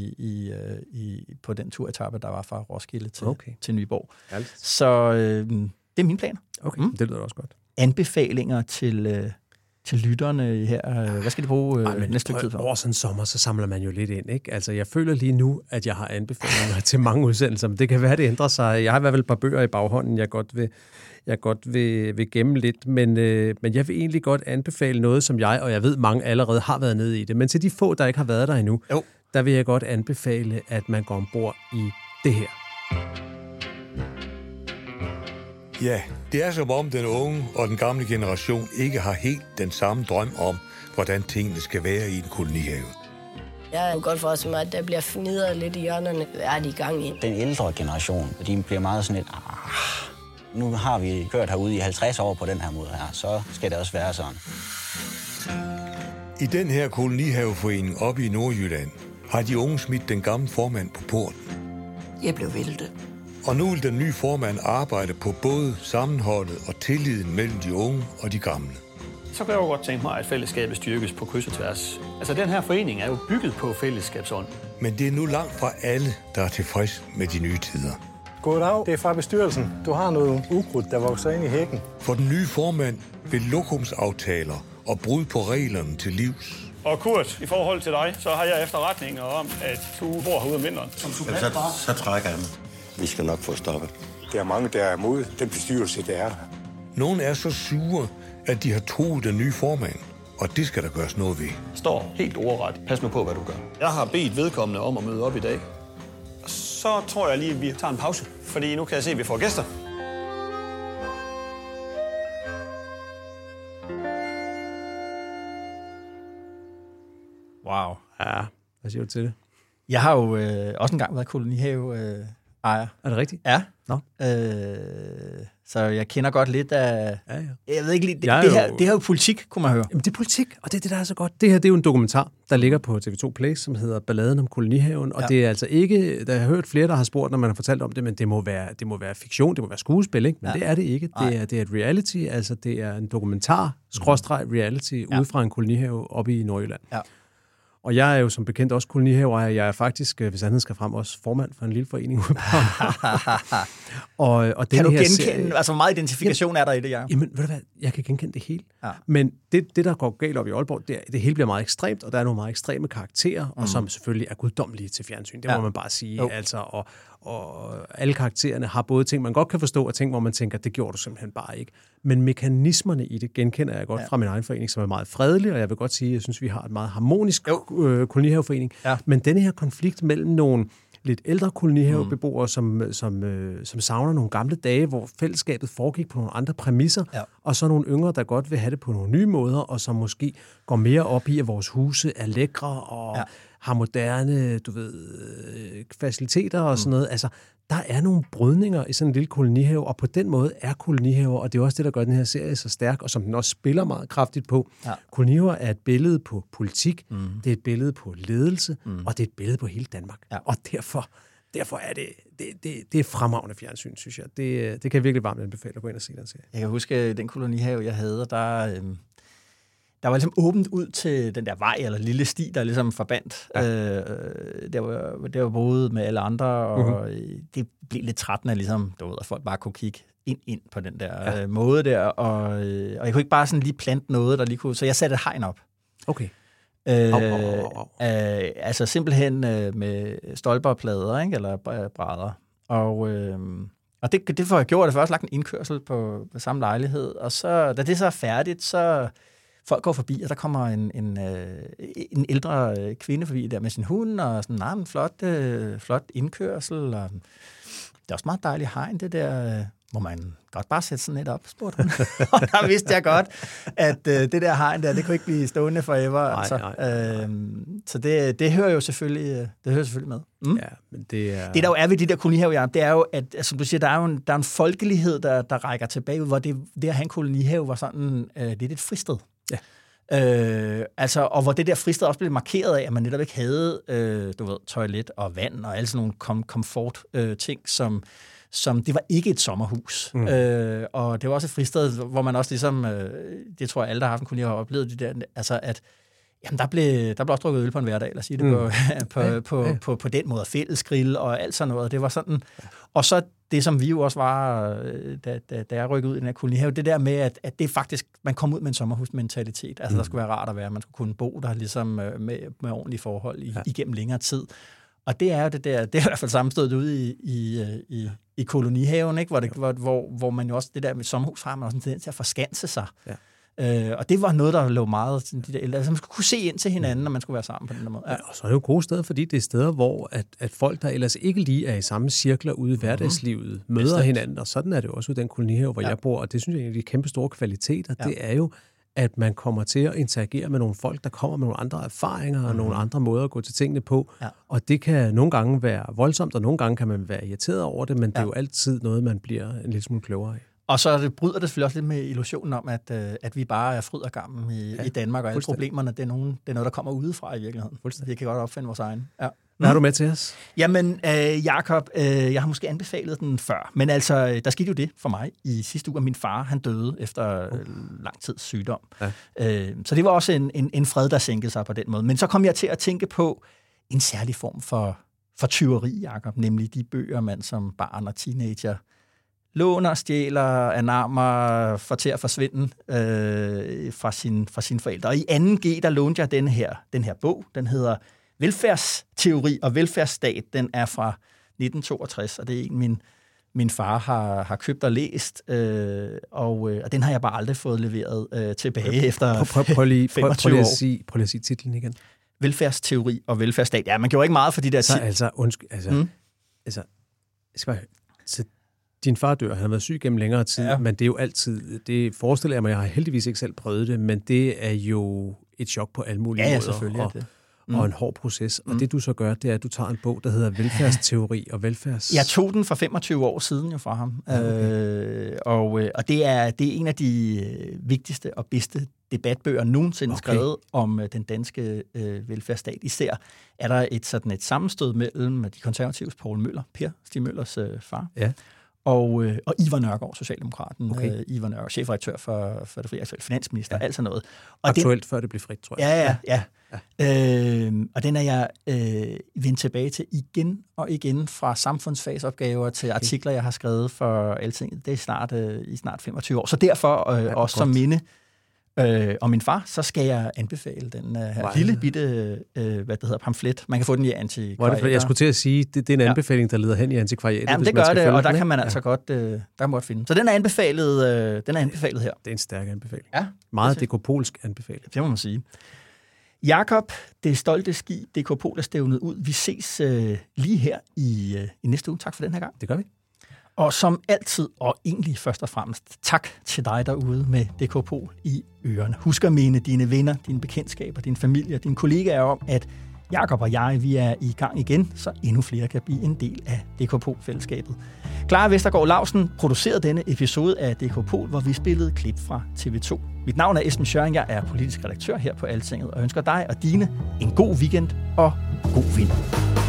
med på den turetappe, der var fra Roskilde til Nyborg. Alt. Så det er mine planer. Okay, det lyder også godt. Anbefalinger til lytterne her. Hvad skal de bruge næste tid for? Over sådan en sommer, så samler man jo lidt ind, ikke? Altså, jeg føler lige nu, at jeg har anbefalinger til mange udsendelser, men det kan være, det ændrer sig. Jeg har i hvert fald et par bøger i baghånden, jeg godt vil gemme lidt, men jeg vil egentlig godt anbefale noget, som jeg, og jeg ved, mange allerede har været nede i det, men til de få, der ikke har været der endnu, der vil jeg godt anbefale, at man går ombord i det her. Ja, det er som om den unge og den gamle generation ikke har helt den samme drøm om, hvordan tingene skal være i en kolonihave. Jeg er jo godt for mig, at der bliver fnidret lidt i hjørnerne. Hvad er de i gang i? Den ældre generation, de bliver meget sådan lidt, Nu har vi kørt herude i 50 år på den her måde her, så skal det også være sådan. I den her kolonihaveforening oppe i Nordjylland har de unge smidt den gamle formand på porten. Jeg blev væltet. Og nu vil den nye formand arbejde på både sammenholdet og tilliden mellem de unge og de gamle. Så kan jeg jo godt tænke mig, at fællesskabet styrkes på kryds og tværs. Altså, den her forening er jo bygget på fællesskabsånd. Men det er nu langt fra alle, der er tilfreds med de nye tider. Goddag, det er fra bestyrelsen. Du har noget ukrudt, der vokser ind i hækken. For den nye formand vil lokumsaftaler og brud på reglerne til livs. Og Kurt, i forhold til dig, så har jeg efterretninger om, at du bor herude om vinteren. Så trækker jeg mig. Vi skal nok få stoppet. Der er mange, der er imod den bestyrelse, der er. Nogle er så sure, at de har truet den nye formand, og det skal der gøres noget ved. Står helt ordret. Pas nu på, hvad du gør. Jeg har bedt vedkommende om at møde op i dag. Så tror jeg lige, at vi tager en pause, fordi nu kan jeg se, at vi får gæster. Wow. Ja, hvad siger du til det? Jeg har jo også engang været kolonihave-ejer. Er det rigtigt? Ja. Nå. Så jeg kender godt lidt af... Ja. Jeg ved ikke lige... Det her er jo politik, kunne man høre. Jamen, det er politik, og det er det, der er så godt. Det her, det er jo en dokumentar, der ligger på TV2 Play, som hedder Balladen om kolonihaven, og det er altså ikke... Der har hørt flere, der har spurgt, når man har fortalt om det, men det må være fiktion, det må være skuespil, ikke? Men det er det ikke. Det er et reality, altså det er en dokumentar, reality, ude fra en kolonihave oppe i Nordjylland. Ja. Og jeg er jo som bekendt også kolonihaveejer. Jeg er faktisk, hvis andet skal frem, også formand for en lille forening ude på og kan du genkende, altså hvor meget identifikation er der i det, ja? Jamen, ved du hvad, jeg kan genkende det hele. Ja. Men det, der går galt op i Aalborg, det hele bliver meget ekstremt, og der er nogle meget ekstreme karakterer, og som selvfølgelig er guddommelige til fjernsyn. Det må man bare sige. Altså, og alle karaktererne har både ting, man godt kan forstå, og ting, hvor man tænker, det gjorde du simpelthen bare ikke. Men mekanismerne i det genkender jeg godt fra min egen forening, som er meget fredelig, og jeg vil godt sige, at jeg synes, vi har et meget harmonisk kolonihaveforening. Ja. Men denne her konflikt mellem nogle lidt ældre kolonihavebeboere, som savner nogle gamle dage, hvor fællesskabet foregik på nogle andre præmisser, og så nogle yngre, der godt vil have det på nogle nye måder, og som måske går mere op i, at vores huse er lækre og har moderne, faciliteter og sådan noget. Altså, der er nogle brydninger i sådan en lille kolonihave, og på den måde er kolonihaver, og det er også det, der gør den her serie så stærk, og som den også spiller meget kraftigt på. Ja. Kolonihaver er et billede på politik, det er et billede på ledelse, og det er et billede på hele Danmark. Ja. Og derfor er det er fremragende fjernsyn, synes jeg. Det kan jeg virkelig varmt anbefale at gå ind og se den serie. Jeg kan huske, den kolonihave, jeg havde, der var ligesom åbent ud til den der vej, eller lille sti, der ligesom forbandt. Der var boet med alle andre, og det blev lidt trættende, ligesom, at folk bare kunne kigge ind på den der måde der, og jeg kunne ikke bare sådan lige plante noget, der lige kunne... Så jeg satte et hegn op. Okay. Altså simpelthen med stolper og plader, ikke? Eller brædder. Og det får jeg gjort. Jeg først lagt en indkørsel på samme lejlighed, og så, da det så er færdigt, så... Folk går forbi, og der kommer en ældre kvinde forbi der med sin hund, og sådan en flot indkørsel. Og det er også meget dejligt hegn, det der. Må man godt bare sætte sådan et op, spurgte hun. Og der vidste jeg godt, at det der hegn der, det kunne ikke blive stående forever. Så det hører jo selvfølgelig, med. Ja, men det der jo er ved de der kolonihaver, det er jo, at som du siger, der er en folkelighed, der rækker tilbage, hvor det at have en kolonihave var sådan lidt et fristed. Ja. Og hvor det der fristed også blev markeret af, at man netop ikke havde toilet og vand og alle sådan nogle komfort ting, som det var ikke et sommerhus. Og det var også et fristed, hvor man også ligesom, det tror jeg alle, der har haft en koloni, har oplevet det der, altså at jamen, der blev også drukket øl på en hverdag, lad os sige det på den måde, fællesgrill og alt sådan noget. Det var sådan. Og så det, som vi jo også var, da jeg rykkede ud i den her kolonihave, det der med, at det faktisk, man kom ud med en sommerhusmentalitet. Altså, der skulle være rart at være, man skulle kunne bo der ligesom med ordentlige forhold igennem længere tid. Og det er jo det er i hvert fald sammenstødet ude i kolonihaven, ikke? Hvor man jo også, det der med sommerhus, har man også en tendens til at forskanse sig. Ja. Og det var noget, der lå meget de der ældre. Altså, man skulle kunne se ind til hinanden, når man skulle være sammen på den måde. Ja. Og så er det jo gode steder, fordi det er steder, hvor at folk, der ellers ikke lige er i samme cirkler ude i hverdagslivet, møder hinanden. Og sådan er det jo også ude i den kolonihave, hvor jeg bor. Og det synes jeg er en af de kæmpe store kvaliteter. Det er jo, at man kommer til at interagere med nogle folk, der kommer med nogle andre erfaringer og nogle andre måder at gå til tingene på. Ja. Og det kan nogle gange være voldsomt, og nogle gange kan man være irriteret over det, men det er jo altid noget, man bliver en lille smule klogere af. Og så bryder det selvfølgelig også lidt med illusionen om, at vi bare er fryd og gammel i Danmark, og alle problemerne, det er noget, der kommer udefra i virkeligheden. Vi kan godt opfinde vores egen. Ja. Hvad har du med til os? Jamen, Jakob, jeg har måske anbefalet den før, men altså, der skete jo det for mig i sidste uge, at min far, han døde efter lang tids sygdom. Ja. Så det var også en fred, der sænkede sig på den måde. Men så kom jeg til at tænke på en særlig form for tyveri, Jakob, nemlig de bøger, man som barn og teenager låner, stjæler, anarmer, får til at forsvinde fra sine forældre. Og i 2G, der lånte jeg den her bog. Den hedder Velfærdsteori og velfærdsstat. Den er fra 1962, og det er en, min far har købt og læst, og den har jeg bare aldrig fået leveret tilbage efter 25 år. Prøv lige at sige titlen igen. Velfærdsteori og velfærdsstat. Ja, man gjorde ikke meget for de der... Så din far dør, han har været syg gennem længere tid, men det er jo altid, det forestiller jeg mig, jeg har heldigvis ikke selv prøvet det, men det er jo et chok på alle mulige måder. Selvfølgelig og en hård proces. Og det du så gør, det er, at du tager en bog, der hedder Velfærdsteori og velfærds... Jeg tog den for 25 år siden jo fra ham. Og det er en af de vigtigste og bedste debatbøger nogensinde skrevet om den danske velfærdsstat. Især er der et sammenstød mellem de konservatives Poul Møller, Per Stig Møllers far, og Ivar Nørgaard, Socialdemokraten. Ivar Nørgaard, chefredaktør for det frie, finansminister, alt sådan noget. Og aktuelt før det blev frit, tror jeg. Ja. Og den er jeg vendt tilbage til igen og igen, fra samfundsfagsopgaver til artikler, jeg har skrevet for Altinget. Det er i snart 25 år. Så derfor, også som minde og min far, så skal jeg anbefale den her lille bitte pamflet. Man kan få den i antikvariater. Jeg skulle til at sige, det er en anbefaling, der leder hen i antikvariater. Jamen, det gør det, og der kan man altså godt, finde. Så den er anbefalet, her. Det er en stærk anbefaling. Ja, meget dekopolsk anbefaling. Det må man sige. Jakob, det stolte skib, Dekopol er stævnet ud. Vi ses lige her i næste uge. Tak for den her gang. Det gør vi. Og som altid, og egentlig først og fremmest, tak til dig derude med Dekopol i ørerne. Husk at minde dine venner, dine bekendtskaber, din familie og dine kollegaer om, at Jakob og jeg, vi er i gang igen, så endnu flere kan blive en del af Dekopol-fællesskabet. Clara Vestergaard Lausen producerede denne episode af Dekopol, hvor vi spillede klip fra TV2. Mit navn er Esben Schøring, jeg er politisk redaktør her på Altinget, og ønsker dig og dine en god weekend og god vind.